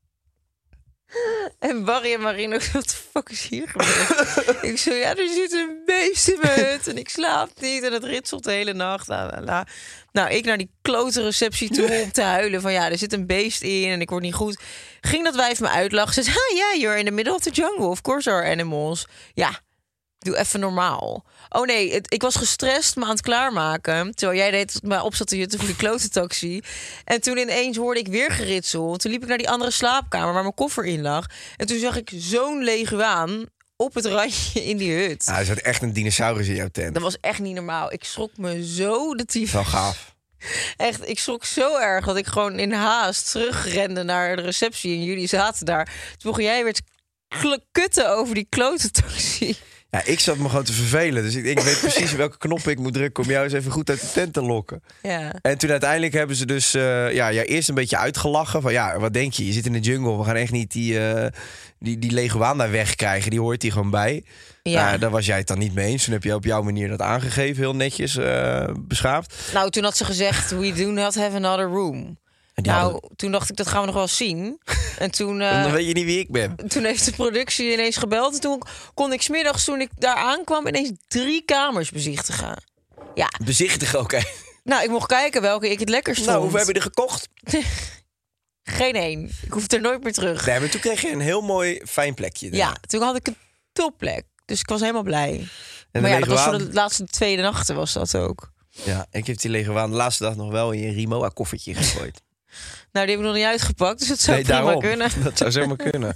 En Barry en Marino, wat de fuck is hier gebeurd? Ik zo, ja, er zit een beest in mijn hut en ik slaap niet en het ritselt de hele nacht. La, la, la. Nou, ik naar die klote receptie toe om te huilen van ja, er zit een beest in en ik word niet goed. Ging dat wijf me uitlachen. Ze zei, ah, yeah, you're in the middle of the jungle. Of course there are animals. Ja, doe even normaal. Oh nee, het, ik was gestrest, me aan het klaarmaken. Terwijl jij deed me op zat te jutten voor die klote taxi. En toen ineens hoorde ik weer geritsel. Toen liep ik naar die andere slaapkamer waar mijn koffer in lag. En toen zag ik zo'n leguaan op het randje in die hut. Nou, er zat echt een dinosaurus in jouw tent. Dat was echt niet normaal. Ik schrok me zo de tyfus. Wel gaaf. Echt, ik schrok zo erg dat ik gewoon in haast terugrende naar de receptie. En jullie zaten daar. Toen begon jij weer te kutten over die klote taxi. Ja, ik zat me gewoon te vervelen. Dus ik, ik weet precies welke knop ik moet drukken om jou eens even goed uit de tent te lokken. Ja. En toen uiteindelijk hebben ze dus uh, ja, ja, eerst een beetje uitgelachen. Van ja, wat denk je? Je zit in de jungle. We gaan echt niet die, uh, die, die leguaan daar wegkrijgen. Die hoort hier gewoon bij. Ja. Nou, daar was jij het dan niet mee eens. Toen heb je op jouw manier dat aangegeven. Heel netjes uh, beschaafd. Nou, toen had ze gezegd, we do not have another room. Nou, hadden... toen dacht ik, dat gaan we nog wel zien. En toen... Uh, dan weet je niet wie ik ben. Toen heeft de productie ineens gebeld. En toen kon ik 's middags, toen ik daar aankwam, ineens drie kamers bezichtigen. Ja. Bezichtigen, oké. Okay. Nou, ik mocht kijken welke ik het lekkerst vond. Nou, hoeveel heb je er gekocht? Geen één. Ik hoef er nooit meer terug. Nee, maar toen kreeg je een heel mooi fijn plekje. Daarna. Ja, toen had ik een topplek. Dus ik was helemaal blij. En maar ja, leguaan... dat was voor de laatste tweede nachten was dat ook. Ja, ik heb die leguaan de laatste dag nog wel in je Rimowa-koffertje gegooid. Nou, die heb ik nog niet uitgepakt, dus dat zou nee, prima daarom. kunnen. Dat zou zomaar kunnen.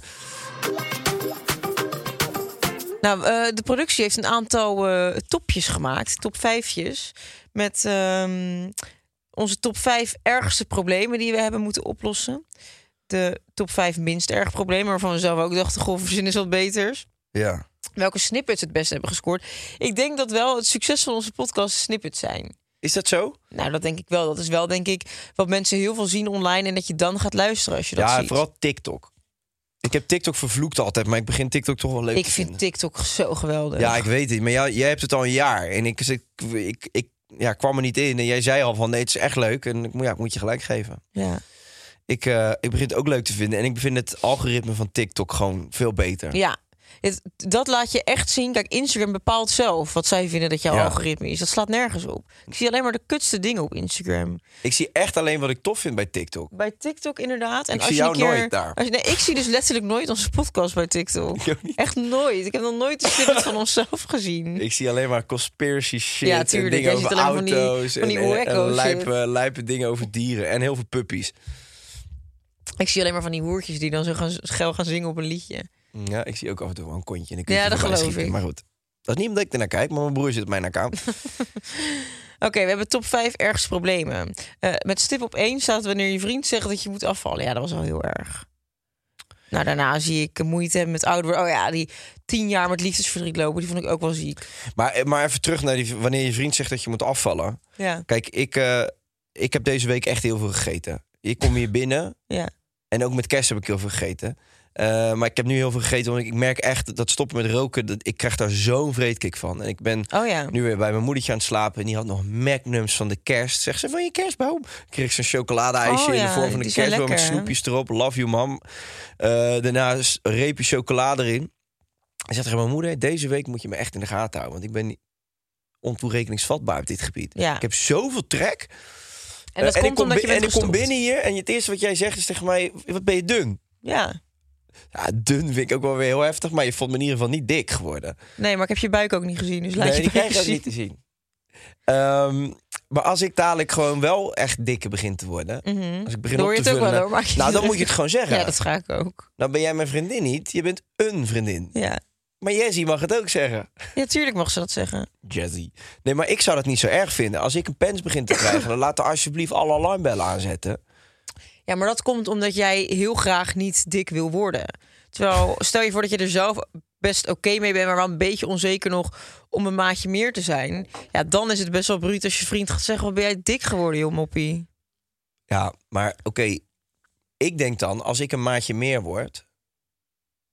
Nou, uh, de productie heeft een aantal uh, topjes gemaakt, top vijfjes. Met um, onze top vijf ergste problemen die we hebben moeten oplossen. De top vijf minst erg problemen, waarvan we zelf ook dachten, goh, verzin is wat beters. Ja. Welke snippets het beste hebben gescoord. Ik denk dat wel het succes van onze podcast snippets zijn. Is dat zo? Nou, dat denk ik wel. Dat is wel, denk ik, wat mensen heel veel zien online en dat je dan gaat luisteren als je dat ja, ziet. Ja, vooral TikTok. Ik heb TikTok vervloekt altijd, maar ik begin TikTok toch wel leuk ik te vind vinden. TikTok zo geweldig. Ja, ik weet het. Maar jij, jij hebt het al een jaar. En ik, ik, ik, ik ja, kwam er niet in. En jij zei al van, nee, het is echt leuk. En ik, ja, ik moet je gelijk geven. Ja. Ik, uh, ik begin het ook leuk te vinden. En ik vind het algoritme van TikTok gewoon veel beter. Ja. Het, dat laat je echt zien. Kijk, Instagram bepaalt zelf wat zij vinden dat jouw ja. algoritme is. Dat slaat nergens op. Ik zie alleen maar de kutste dingen op Instagram. Ik zie echt alleen wat ik tof vind bij TikTok. Bij TikTok inderdaad. En ik als zie je jou een keer, nooit daar. Als je, nee, ik zie dus letterlijk nooit onze podcast bij TikTok. Echt nooit. Ik heb nog nooit de snippet van onszelf gezien. Ik zie alleen maar conspiracy shit. Ja, tuurlijk. En dingen over over auto's. Van die, van die en, en, en lijpe, shit. lijpe dingen over dieren. En heel veel puppies. Ik zie alleen maar van die hoertjes die dan zo gaan, geil gaan zingen op een liedje. Ja, ik zie ook af en toe wel een kontje. En ja, dat geloof schieten. ik. Maar goed, dat is niet omdat ik ernaar kijk, maar mijn broer zit op mijn account. Oké, okay, we hebben top vijf ergste problemen. Uh, met stip op één staat wanneer je vriend zegt dat je moet afvallen. Ja, dat was al heel erg. Nou, daarna zie ik moeite hebben met ouder worden. Oh ja, die tien jaar met liefdesverdriet lopen, die vond ik ook wel ziek. Maar, maar even terug naar die, wanneer je vriend zegt dat je moet afvallen. Ja. Kijk, ik, uh, ik heb deze week echt heel veel gegeten. Ik kom hier binnen. Ja. En ook met kerst heb ik heel veel gegeten. Uh, maar ik heb nu heel veel gegeten, want ik merk echt dat stoppen met roken, dat, ik krijg daar zo'n vreedkick van. En ik ben oh ja. nu weer bij mijn moedertje aan het slapen en die had nog Magnums van de kerst. Zegt ze, van je kerstboom? Kreeg ze een chocoladeijsje oh, ja. in de vorm van de kerstboom lekker, met snoepjes erop. Love you, mam. Uh, daarna een reepje chocolade erin. En zegt tegen mijn moeder, deze week moet je me echt in de gaten houden, want ik ben ontoerekeningsvatbaar op dit gebied. Ja. Ik heb zoveel trek. En dat uh, komt en omdat ik kom, je bent En ik kom binnen hier en het eerste wat jij zegt is tegen mij, wat ben je dun? Ja. Ja, dun vind ik ook wel weer heel heftig, maar je vond me in ieder geval niet dik geworden. Nee, maar ik heb je buik ook niet gezien, dus laat nee, je die krijg je ook zien. niet te zien. Um, maar als ik dadelijk gewoon wel echt dikker begin te worden, mm-hmm. als ik begin Hoor op je te het vullen, ook wel, hoor, nou dan moet je het gewoon zeggen. Ja, dat ga ik ook. Nou ben jij mijn vriendin niet, je bent een vriendin. Ja. Maar Jessie mag het ook zeggen. Ja, tuurlijk mag ze dat zeggen. Jessie. Nee, maar ik zou dat niet zo erg vinden. Als ik een pens begin te krijgen, dan laat er alsjeblieft alle alarmbellen aanzetten. Ja, maar dat komt omdat jij heel graag niet dik wil worden. Terwijl, stel je voor dat je er zelf best oké okay mee bent, maar wel een beetje onzeker nog om een maatje meer te zijn. Ja, dan is het best wel bruut als je vriend gaat zeggen, wat ben jij dik geworden, joh, moppie? Ja, maar oké. Okay, ik denk dan, als ik een maatje meer word,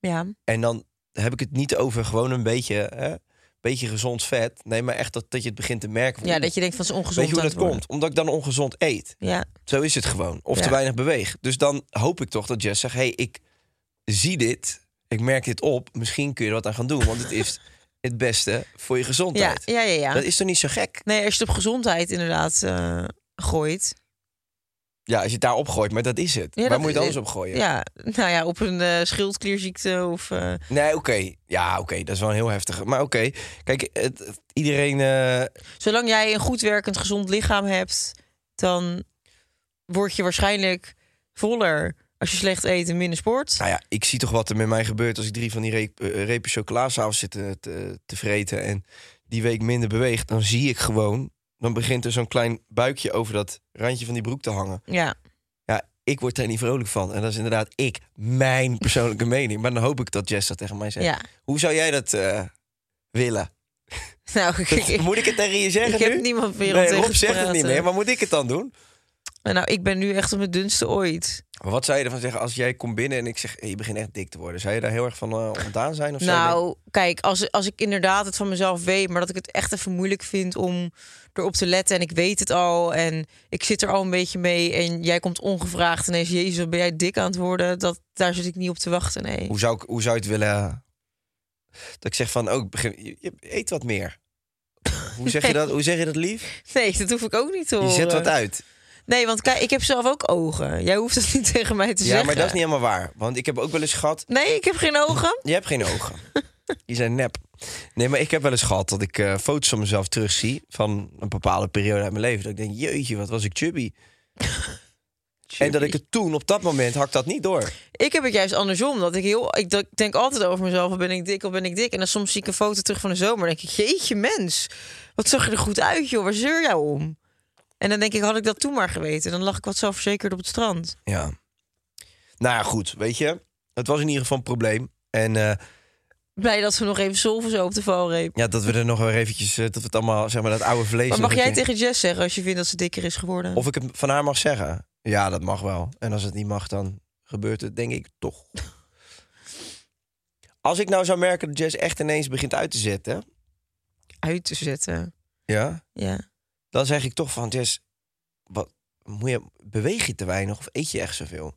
Ja. En dan heb ik het niet over gewoon een beetje, hè, beetje gezond vet. Nee, maar echt dat, dat je het begint te merken. Van, Ja, dat je denkt van het is ongezond. weet je hoe aan dat het worden. komt? Omdat ik dan ongezond eet. Ja. Zo is het gewoon. Of Ja. te weinig beweeg. Dus dan hoop ik toch dat Jess zegt... hey, ik zie dit, ik merk dit op. Misschien kun je er wat aan gaan doen. Want het is het beste voor je Ja, gezondheid. ja, ja, ja. Dat is toch niet zo gek? Nee, als je het op gezondheid inderdaad uh, gooit. Ja, als je het daar opgooit, maar dat is het. Ja, Waar dat- moet je het anders op gooien? Ja, nou ja, op een uh, schildklierziekte of... Uh... Nee, oké. Okay. Ja, oké. Okay. Dat is wel een heel heftig. Maar oké. Okay. Kijk, het, het, iedereen... Uh... Zolang jij een goed werkend, gezond lichaam hebt... dan word je waarschijnlijk voller als je slecht eet en minder sport. Nou ja, ik zie toch wat er met mij gebeurt... als ik drie van die reep, uh, repen chocola s'avonds zit te, te, te vreten... en die week minder beweegt, dan zie ik gewoon... dan begint er zo'n klein buikje over dat randje van die broek te hangen. Ja. Ja, ik word daar niet vrolijk van. En dat is inderdaad ik, mijn persoonlijke mening. Maar dan hoop ik dat Jess dat tegen mij zegt. Ja. Hoe zou jij dat uh, willen? Nou, ik, moet ik het tegen je zeggen ik nu? heb niemand meer om nee, tegen Rob te zegt het praten. niet meer, maar moet ik het dan doen? Nou, ik ben nu echt op mijn dunste ooit. Maar wat zou je ervan zeggen als jij komt binnen en ik zeg... Hey, je begint echt dik te worden. Zou je daar heel erg van uh, ontdaan zijn? Of Nou, kijk, als, als ik inderdaad het van mezelf weet... maar dat ik het echt even moeilijk vind om erop te letten... en ik weet het al en ik zit er al een beetje mee... en jij komt ongevraagd ineens... Jezus, wat ben jij dik aan het worden? Dat, daar zit ik niet op te wachten, nee. Hoe zou, ik, hoe zou je het willen... Dat ik zeg van, oh, begin, je, je eet wat meer. Hoe zeg, Nee. je dat, hoe zeg je dat lief? Nee, dat hoef ik ook niet te horen. Je zet wat uit. Nee, want kijk, ik heb zelf ook ogen. Jij hoeft het niet tegen mij te Ja, zeggen. maar dat is niet helemaal waar. Want ik heb ook wel eens gehad... Nee, ik heb geen ogen. Je hebt geen ogen. Die zijn nep. Nee, maar ik heb wel eens gehad dat ik uh, foto's van mezelf terugzie... van een bepaalde periode uit mijn leven. Dat ik denk, jeetje, wat was ik chubby. En dat ik het toen, op dat moment, had ik dat niet door. Ik heb het juist andersom. Dat ik, heel, ik dat- ik denk altijd over mezelf, of ben ik dik of ben ik dik? En dan soms zie ik een foto terug van de zomer. Dan denk ik, jeetje mens, wat zag je er goed uit, joh. Waar zeur jou om? En dan denk ik, had ik dat toen maar geweten. Dan lag ik wat zelfverzekerd op het strand. Ja. Nou ja, goed, weet je. Het was in ieder geval een probleem. En uh, Blij dat we nog even zolven zo op de valreep. ja, dat we er nog weer eventjes... Uh, dat we het allemaal, zeg maar, dat oude vlees... Maar nog mag een jij keer- tegen Jess zeggen als je vindt dat ze dikker is geworden? Of ik het van haar mag zeggen? Ja, dat mag wel. En als het niet mag, dan gebeurt het, denk ik, toch. Als ik nou zou merken dat Jess echt ineens begint uit te zetten... Uit te zetten. Ja, Ja. dan zeg ik toch van, Jess... Wat, moet je, beweeg je te weinig of eet je echt zoveel?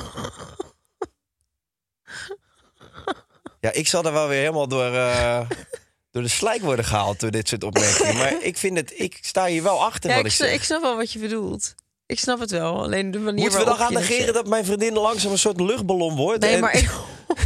Ja, ik zal er wel weer helemaal door, uh, door de slijk worden gehaald... door dit soort opmerkingen. Maar ik vind het, ik sta hier wel achter Ja, wat ik, ik snap, zeg. ik snap wel wat je bedoelt. Ik snap het wel. Alleen de manier Moeten we dan waarop gaan je het negeren zegt. dat mijn vriendin langzaam een soort luchtballon wordt? Nee, en- maar ik...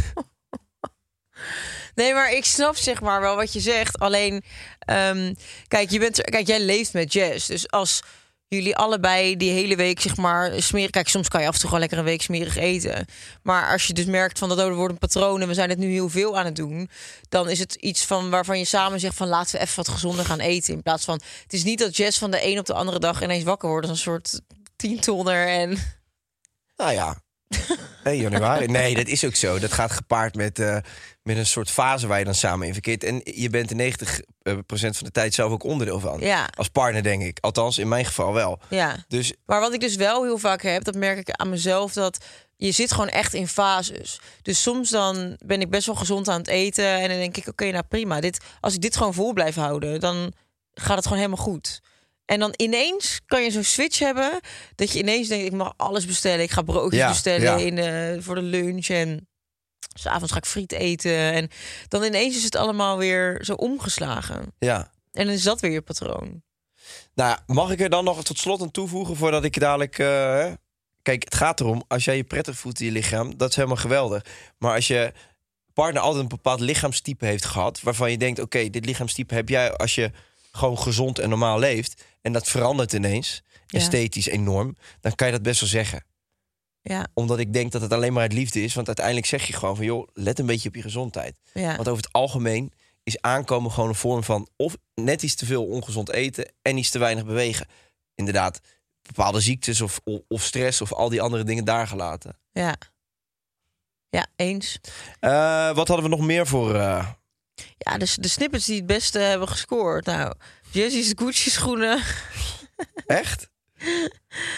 Nee, maar ik snap zeg maar wel wat je zegt. Alleen, ehm, kijk, je bent, er- kijk, jij leeft met Jess. Dus als jullie allebei die hele week zeg maar smerig... Kijk, soms kan je af en toe gewoon lekker een week smerig eten. Maar als je dus merkt van dat oh, er wordt een patroon... en we zijn het nu heel veel aan het doen... dan is het iets van waarvan je samen zegt van... laten we even wat gezonder gaan eten. In plaats van, het is niet dat Jess van de een op de andere dag... ineens wakker wordt als een soort tientonner en... Nou ja, hey, januari. Nee, dat is ook zo. Dat gaat gepaard met, uh, met een soort fase waar je dan samen in verkeert. En je bent er negentig procent van de tijd zelf ook onderdeel van. Ja. Als partner, denk ik. Althans, in mijn geval wel. Ja. Dus Maar wat ik dus wel heel vaak heb, dat merk ik aan mezelf, dat je zit gewoon echt in fases. Dus soms dan ben ik best wel gezond aan het eten en dan denk ik, oké, nou prima. Dit, als ik dit gewoon vol blijf houden, dan gaat het gewoon helemaal goed. En dan ineens kan je zo'n switch hebben dat je ineens denkt, ik mag alles bestellen. Ik ga broodjes Ja, bestellen ja. in de, voor de lunch en 's avonds ga ik friet eten. En dan ineens is het allemaal weer zo omgeslagen. ja. En dan is dat weer je patroon. Nou ja, mag ik er dan nog tot slot aan toevoegen voordat ik dadelijk... Uh, hè? Kijk, het gaat erom, als jij je prettig voelt in je lichaam, dat is helemaal geweldig. Maar als je partner altijd een bepaald lichaamstype heeft gehad, waarvan je denkt, oké, dit lichaamstype heb jij als je gewoon gezond en normaal leeft, en dat verandert ineens, Ja. esthetisch enorm, dan kan je dat best wel zeggen. Ja, Omdat ik denk dat het alleen maar uit liefde is. Want uiteindelijk zeg je gewoon van, joh, let een beetje op je gezondheid. ja. Want over het algemeen is aankomen gewoon een vorm van of net iets te veel ongezond eten en iets te weinig bewegen. Inderdaad, bepaalde ziektes of, of, of stress of al die andere dingen daar gelaten. Ja. Ja, eens. Uh, wat hadden we nog meer voor... Uh... Ja, dus de snippets die het beste hebben gescoord. Nou, Jesse's Gucci schoenen. Echt?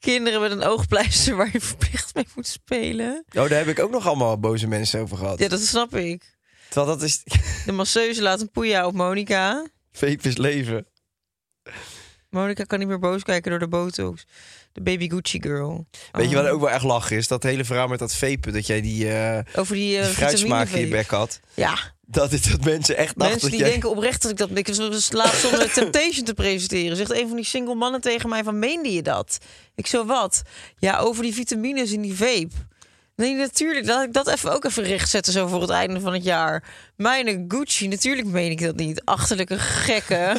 kinderen met een oogpleister waar je verplicht mee moet spelen. Oh, daar heb ik ook nog allemaal boze mensen over gehad. Ja, dat snap ik. Terwijl dat is... De masseuse laat een poeia op Monica. Vape is leven. Monica kan niet meer boos kijken door de botox. De baby Gucci girl. Weet oh. je wat ook wel echt lachen is? Dat hele verhaal met dat vapen. Dat jij die, uh, Over die, uh, die fruitsmaak in je bek had. Ja. Dat is dat mensen echt dachten... Mensen die jij... denken oprecht dat ik dat... Ik was laatst om de Temptation te presenteren. Zegt een van die single mannen tegen mij van... Meende je dat? Ik zo, wat? Ja, over die vitamines in die vape. Nee, natuurlijk. Laat ik dat even ook even rechtzetten zo voor het einde van het jaar. Mijn Gucci, natuurlijk meen ik dat niet. Achterlijke gekke.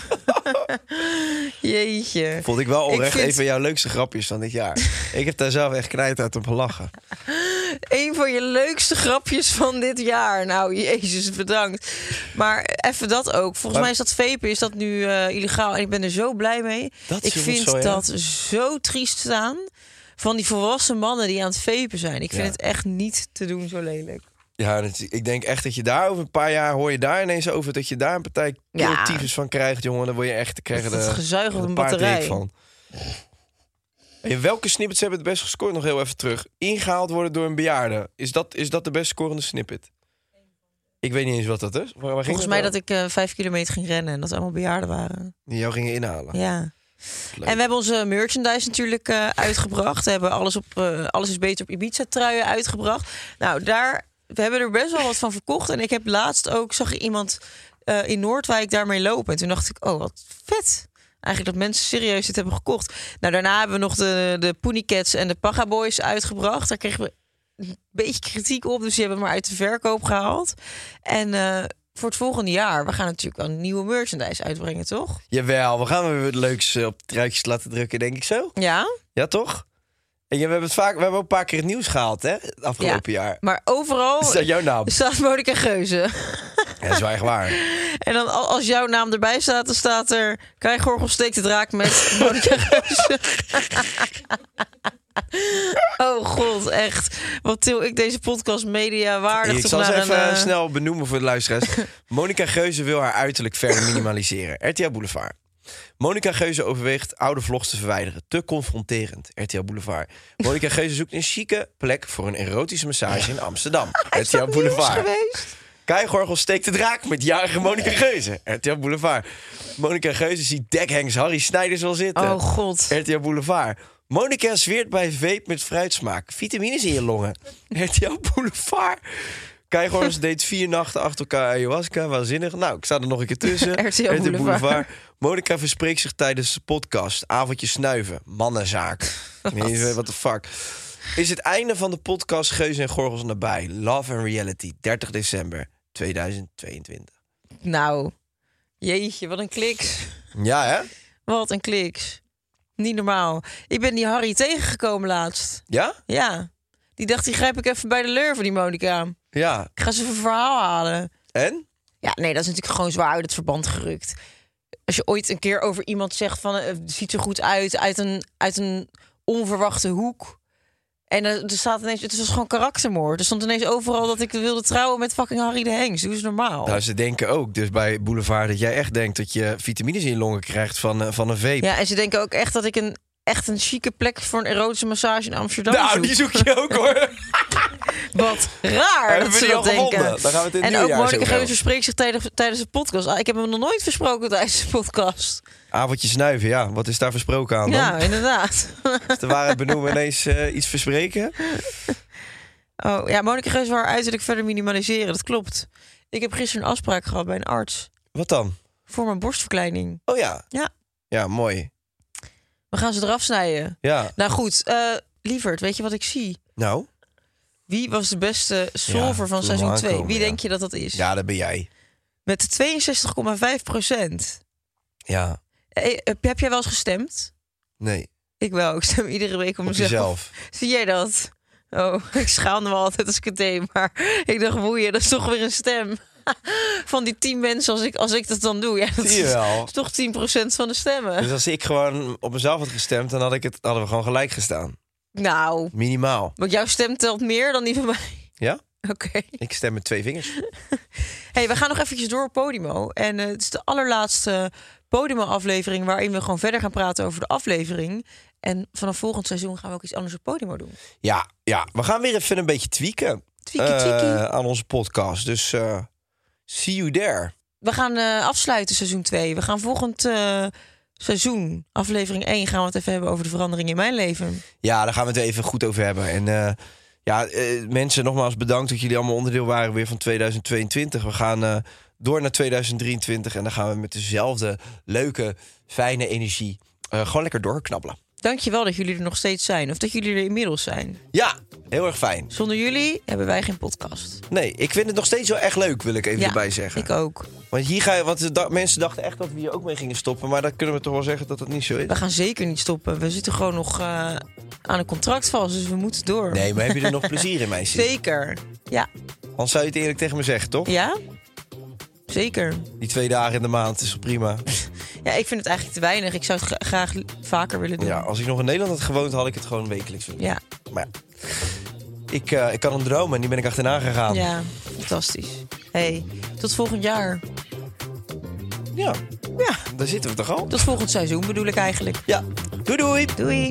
Jeetje. Vond ik wel oprecht ik vind... een van jouw leukste grapjes van dit jaar. Ik heb daar zelf echt knijt uit om gelachen. Een van je leukste grapjes van dit jaar. Nou, jezus, bedankt. Maar even dat ook. Volgens maar... mij is dat vapen, is dat nu uh, illegaal. En ik ben er zo blij mee. Dat ik vind zo, ja. dat zo triest staan. Van die volwassen mannen die aan het vapen zijn. Ik vind ja. het echt niet te doen zo lelijk. Ja, ik denk echt dat je daar over een paar jaar... hoor je daar ineens over dat je daar een partij ja. tyfus van krijgt, jongen. Dan word je echt... krijgen dat de, gezuig op de een batterij. Van. En welke snippets hebben het best gescoord? Nog heel even terug. Ingehaald worden door een bejaarde. Is dat, is dat de best scorende snippet? Ik weet niet eens wat dat is. Waar, waar Volgens mij dat ik uh, vijf kilometer ging rennen... en dat allemaal bejaarden waren. Die jou gingen inhalen? Ja. Leuk. En we hebben onze merchandise natuurlijk uh, uitgebracht. We hebben alles, op, uh, alles is beter op Ibiza truien uitgebracht. Nou, daar, we hebben er best wel wat van verkocht. En ik heb laatst ook, zag ik iemand uh, in Noordwijk daarmee lopen. En toen dacht ik, oh, wat vet. Eigenlijk dat mensen serieus dit hebben gekocht. Nou, daarna hebben we nog de, de Ponycats en de Paga Boys uitgebracht. Daar kregen we een beetje kritiek op. Dus die hebben we maar uit de verkoop gehaald. En... Uh, voor het volgende jaar, we gaan natuurlijk wel een nieuwe merchandise uitbrengen, toch? Jawel, we gaan weer het leuks op het truitjes laten drukken, denk ik zo. Ja? Ja, toch? En we hebben het vaak, we hebben ook een paar keer het nieuws gehaald, hè? Het afgelopen ja, jaar. Maar overal is dat jouw naam? Staat Monica Geuze. Ja, dat is wel echt waar. En dan als jouw naam erbij staat, dan staat er... Kai Gorgel steekt de draak met Monica Geuze. Oh god, echt. Wat til ik deze podcast media waardig. Ik zal ze even een, uh... snel benoemen voor de luisteraars. Monica Geuze wil haar uiterlijk verder minimaliseren. R T L Boulevard. Monica Geuze overweegt oude vlogs te verwijderen. Te confronterend. R T L Boulevard. Monica Geuze zoekt een chique plek voor een erotische massage in Amsterdam. R T L Boulevard. Kai Gorgel steekt de draak met jarige Monica Geuze. R T L Boulevard. Monica Geuze ziet dekhengst Harry Snijders wel zitten. Oh god. R T L Boulevard. Monica zweert bij vape met fruitsmaak. Vitamines in je longen. R T L Boulevard. Kai Gorgel deed vier nachten achter elkaar ayahuasca. Waanzinnig. Nou, ik sta er nog een keer tussen. R T L Boulevard. Boulevard. Monica verspreekt zich tijdens de podcast. Avondje snuiven. Mannenzaak. Nee, what the fuck. Is het einde van de podcast Geuze en Gorgels nabij. Love and Reality. dertig december tweeduizend tweeëntwintig. Nou, jeetje, wat een kliks. Ja, hè? Wat een kliks. Niet normaal. Ik ben die Harry tegengekomen laatst. Ja? Ja. Die dacht, die grijp ik even bij de lurven, die Monica. Ja. Ik ga ze even een verhaal halen. En? Ja, nee, dat is natuurlijk gewoon zwaar uit het verband gerukt. Als je ooit een keer over iemand zegt van... Uh, ziet er goed uit, uit een, uit een onverwachte hoek... En er staat ineens, het was gewoon karaktermoord. Er stond ineens overal dat ik wilde trouwen met fucking Harry de Hengst. Doe eens normaal. Nou, ze denken ook dus bij Boulevard dat jij echt denkt dat je vitamines in je longen krijgt van, uh, van een vape. Ja, en ze denken ook echt dat ik een echt een chique plek voor een erotische massage in Amsterdam nou, zoek. die zoek je ook, hoor. Wat raar dat ze dat denken. Dan gaan we het in en ook Monica Geuze spreekt zich tijdens, tijdens de podcast. Ik heb hem nog nooit versproken tijdens de podcast. Avondje snuiven, ja. Wat is daar versproken aan dan? Ja, inderdaad. Is de waarheid benoemen ineens uh, iets verspreken? Oh ja, Monica Geuze wil haar uiterlijk verder minimaliseren. Dat klopt. Ik heb gisteren een afspraak gehad bij een arts. Wat dan? Voor mijn borstverkleining. Oh ja? Ja. Ja, mooi. We gaan ze eraf snijden. Ja. Nou goed, uh, lieverd, weet je wat ik zie? Nou? Wie was de beste solver ja, van seizoen twee? Wie ja. denk je dat dat is? Ja, dat ben jij. Met tweeënzestig komma vijf procent. Ja. Hey, heb jij wel eens gestemd? Nee. Ik wel. Ik stem iedere week om op mezelf. Jezelf. Zie jij dat? Oh, ik schaamde me altijd als ik het deed. Maar ik dacht, boeien, dat is toch weer een stem. Van die tien mensen, als ik, als ik dat dan doe. Ja, dat Zie je wel. is, is toch tien procent van de stemmen. Dus als ik gewoon op mezelf had gestemd, dan had ik het, hadden we gewoon gelijk gestaan. Nou. Minimaal. Want jouw stem telt meer dan die van mij. Ja? Oké. Okay. Ik stem met twee vingers. Hey, we gaan nog eventjes door op Podimo. En uh, het is de allerlaatste Podimo-aflevering... waarin we gewoon verder gaan praten over de aflevering. En vanaf volgend seizoen gaan we ook iets anders op Podimo doen. Ja, ja, we gaan weer even een beetje tweaken. Tweaky, tweaky. Uh, aan onze podcast. Dus uh, see you there. We gaan uh, afsluiten seizoen twee. We gaan volgend uh, seizoen, aflevering één... gaan we het even hebben over de verandering in mijn leven. Ja, daar gaan we het even goed over hebben. En uh, ja, uh, mensen, nogmaals bedankt dat jullie allemaal onderdeel waren weer van tweeduizend tweeëntwintig. We gaan uh, door naar tweeduizend drieëntwintig en dan gaan we met dezelfde leuke, fijne energie uh, gewoon lekker doorknabbelen. Dankjewel dat jullie er nog steeds zijn. Of dat jullie er inmiddels zijn. Ja, heel erg fijn. Zonder jullie hebben wij geen podcast. Nee, ik vind het nog steeds wel echt leuk, wil ik even ja, erbij zeggen. Ik ook. Want hier ga je, want de da- mensen dachten echt dat we hier ook mee gingen stoppen. Maar dan kunnen we toch wel zeggen dat dat niet zo is. We gaan zeker niet stoppen. We zitten gewoon nog uh, aan een contract vast. Dus we moeten door. Nee, maar heb je er nog plezier in, meisje? Zeker, ja. Anders zou je het eerlijk tegen me zeggen, toch? Ja, zeker. Die twee dagen in de maand is prima. Ja, ik vind het eigenlijk te weinig. Ik zou het gra- graag vaker willen doen. Ja, als ik nog in Nederland had gewoond, had ik het gewoon wekelijks willen. Ja. Maar ja, ik, uh, ik had een droom en die ben ik achterna gegaan. Ja, fantastisch. Hey, tot volgend jaar. Ja, Ja, daar zitten we toch al? tot volgend seizoen bedoel ik eigenlijk. Ja, doei doei. Doei.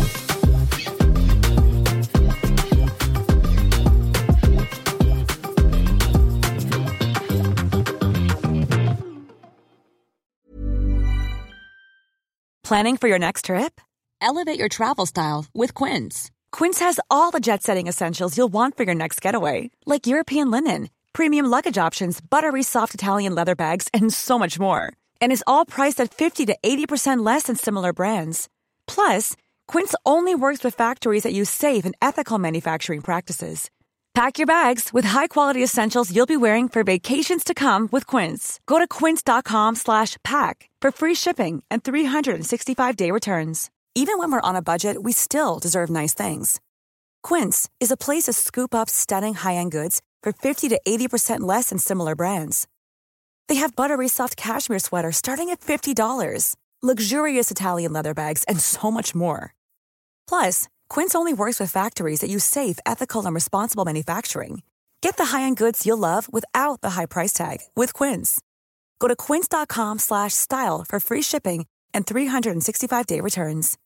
Planning for your next trip? Elevate your travel style with Quince. Quince has all the jet-setting essentials you'll want for your next getaway, like European linen, premium luggage options, buttery soft Italian leather bags, and so much more. And is all priced at fifty to eighty percent less than similar brands. Plus, Quince only works with factories that use safe and ethical manufacturing practices. Pack your bags with high-quality essentials you'll be wearing for vacations to come with Quince. Go to quince.com slash pack for free shipping and three sixty-five day returns. Even when we're on a budget, we still deserve nice things. Quince is a place to scoop up stunning high-end goods for fifty to eighty percent less than similar brands. They have buttery soft cashmere sweaters starting at fifty dollars, luxurious Italian leather bags, and so much more. Plus, Quince only works with factories that use safe, ethical, and responsible manufacturing. Get the high-end goods you'll love without the high price tag with Quince. Go to quince.com slash style for free shipping and three sixty-five day returns.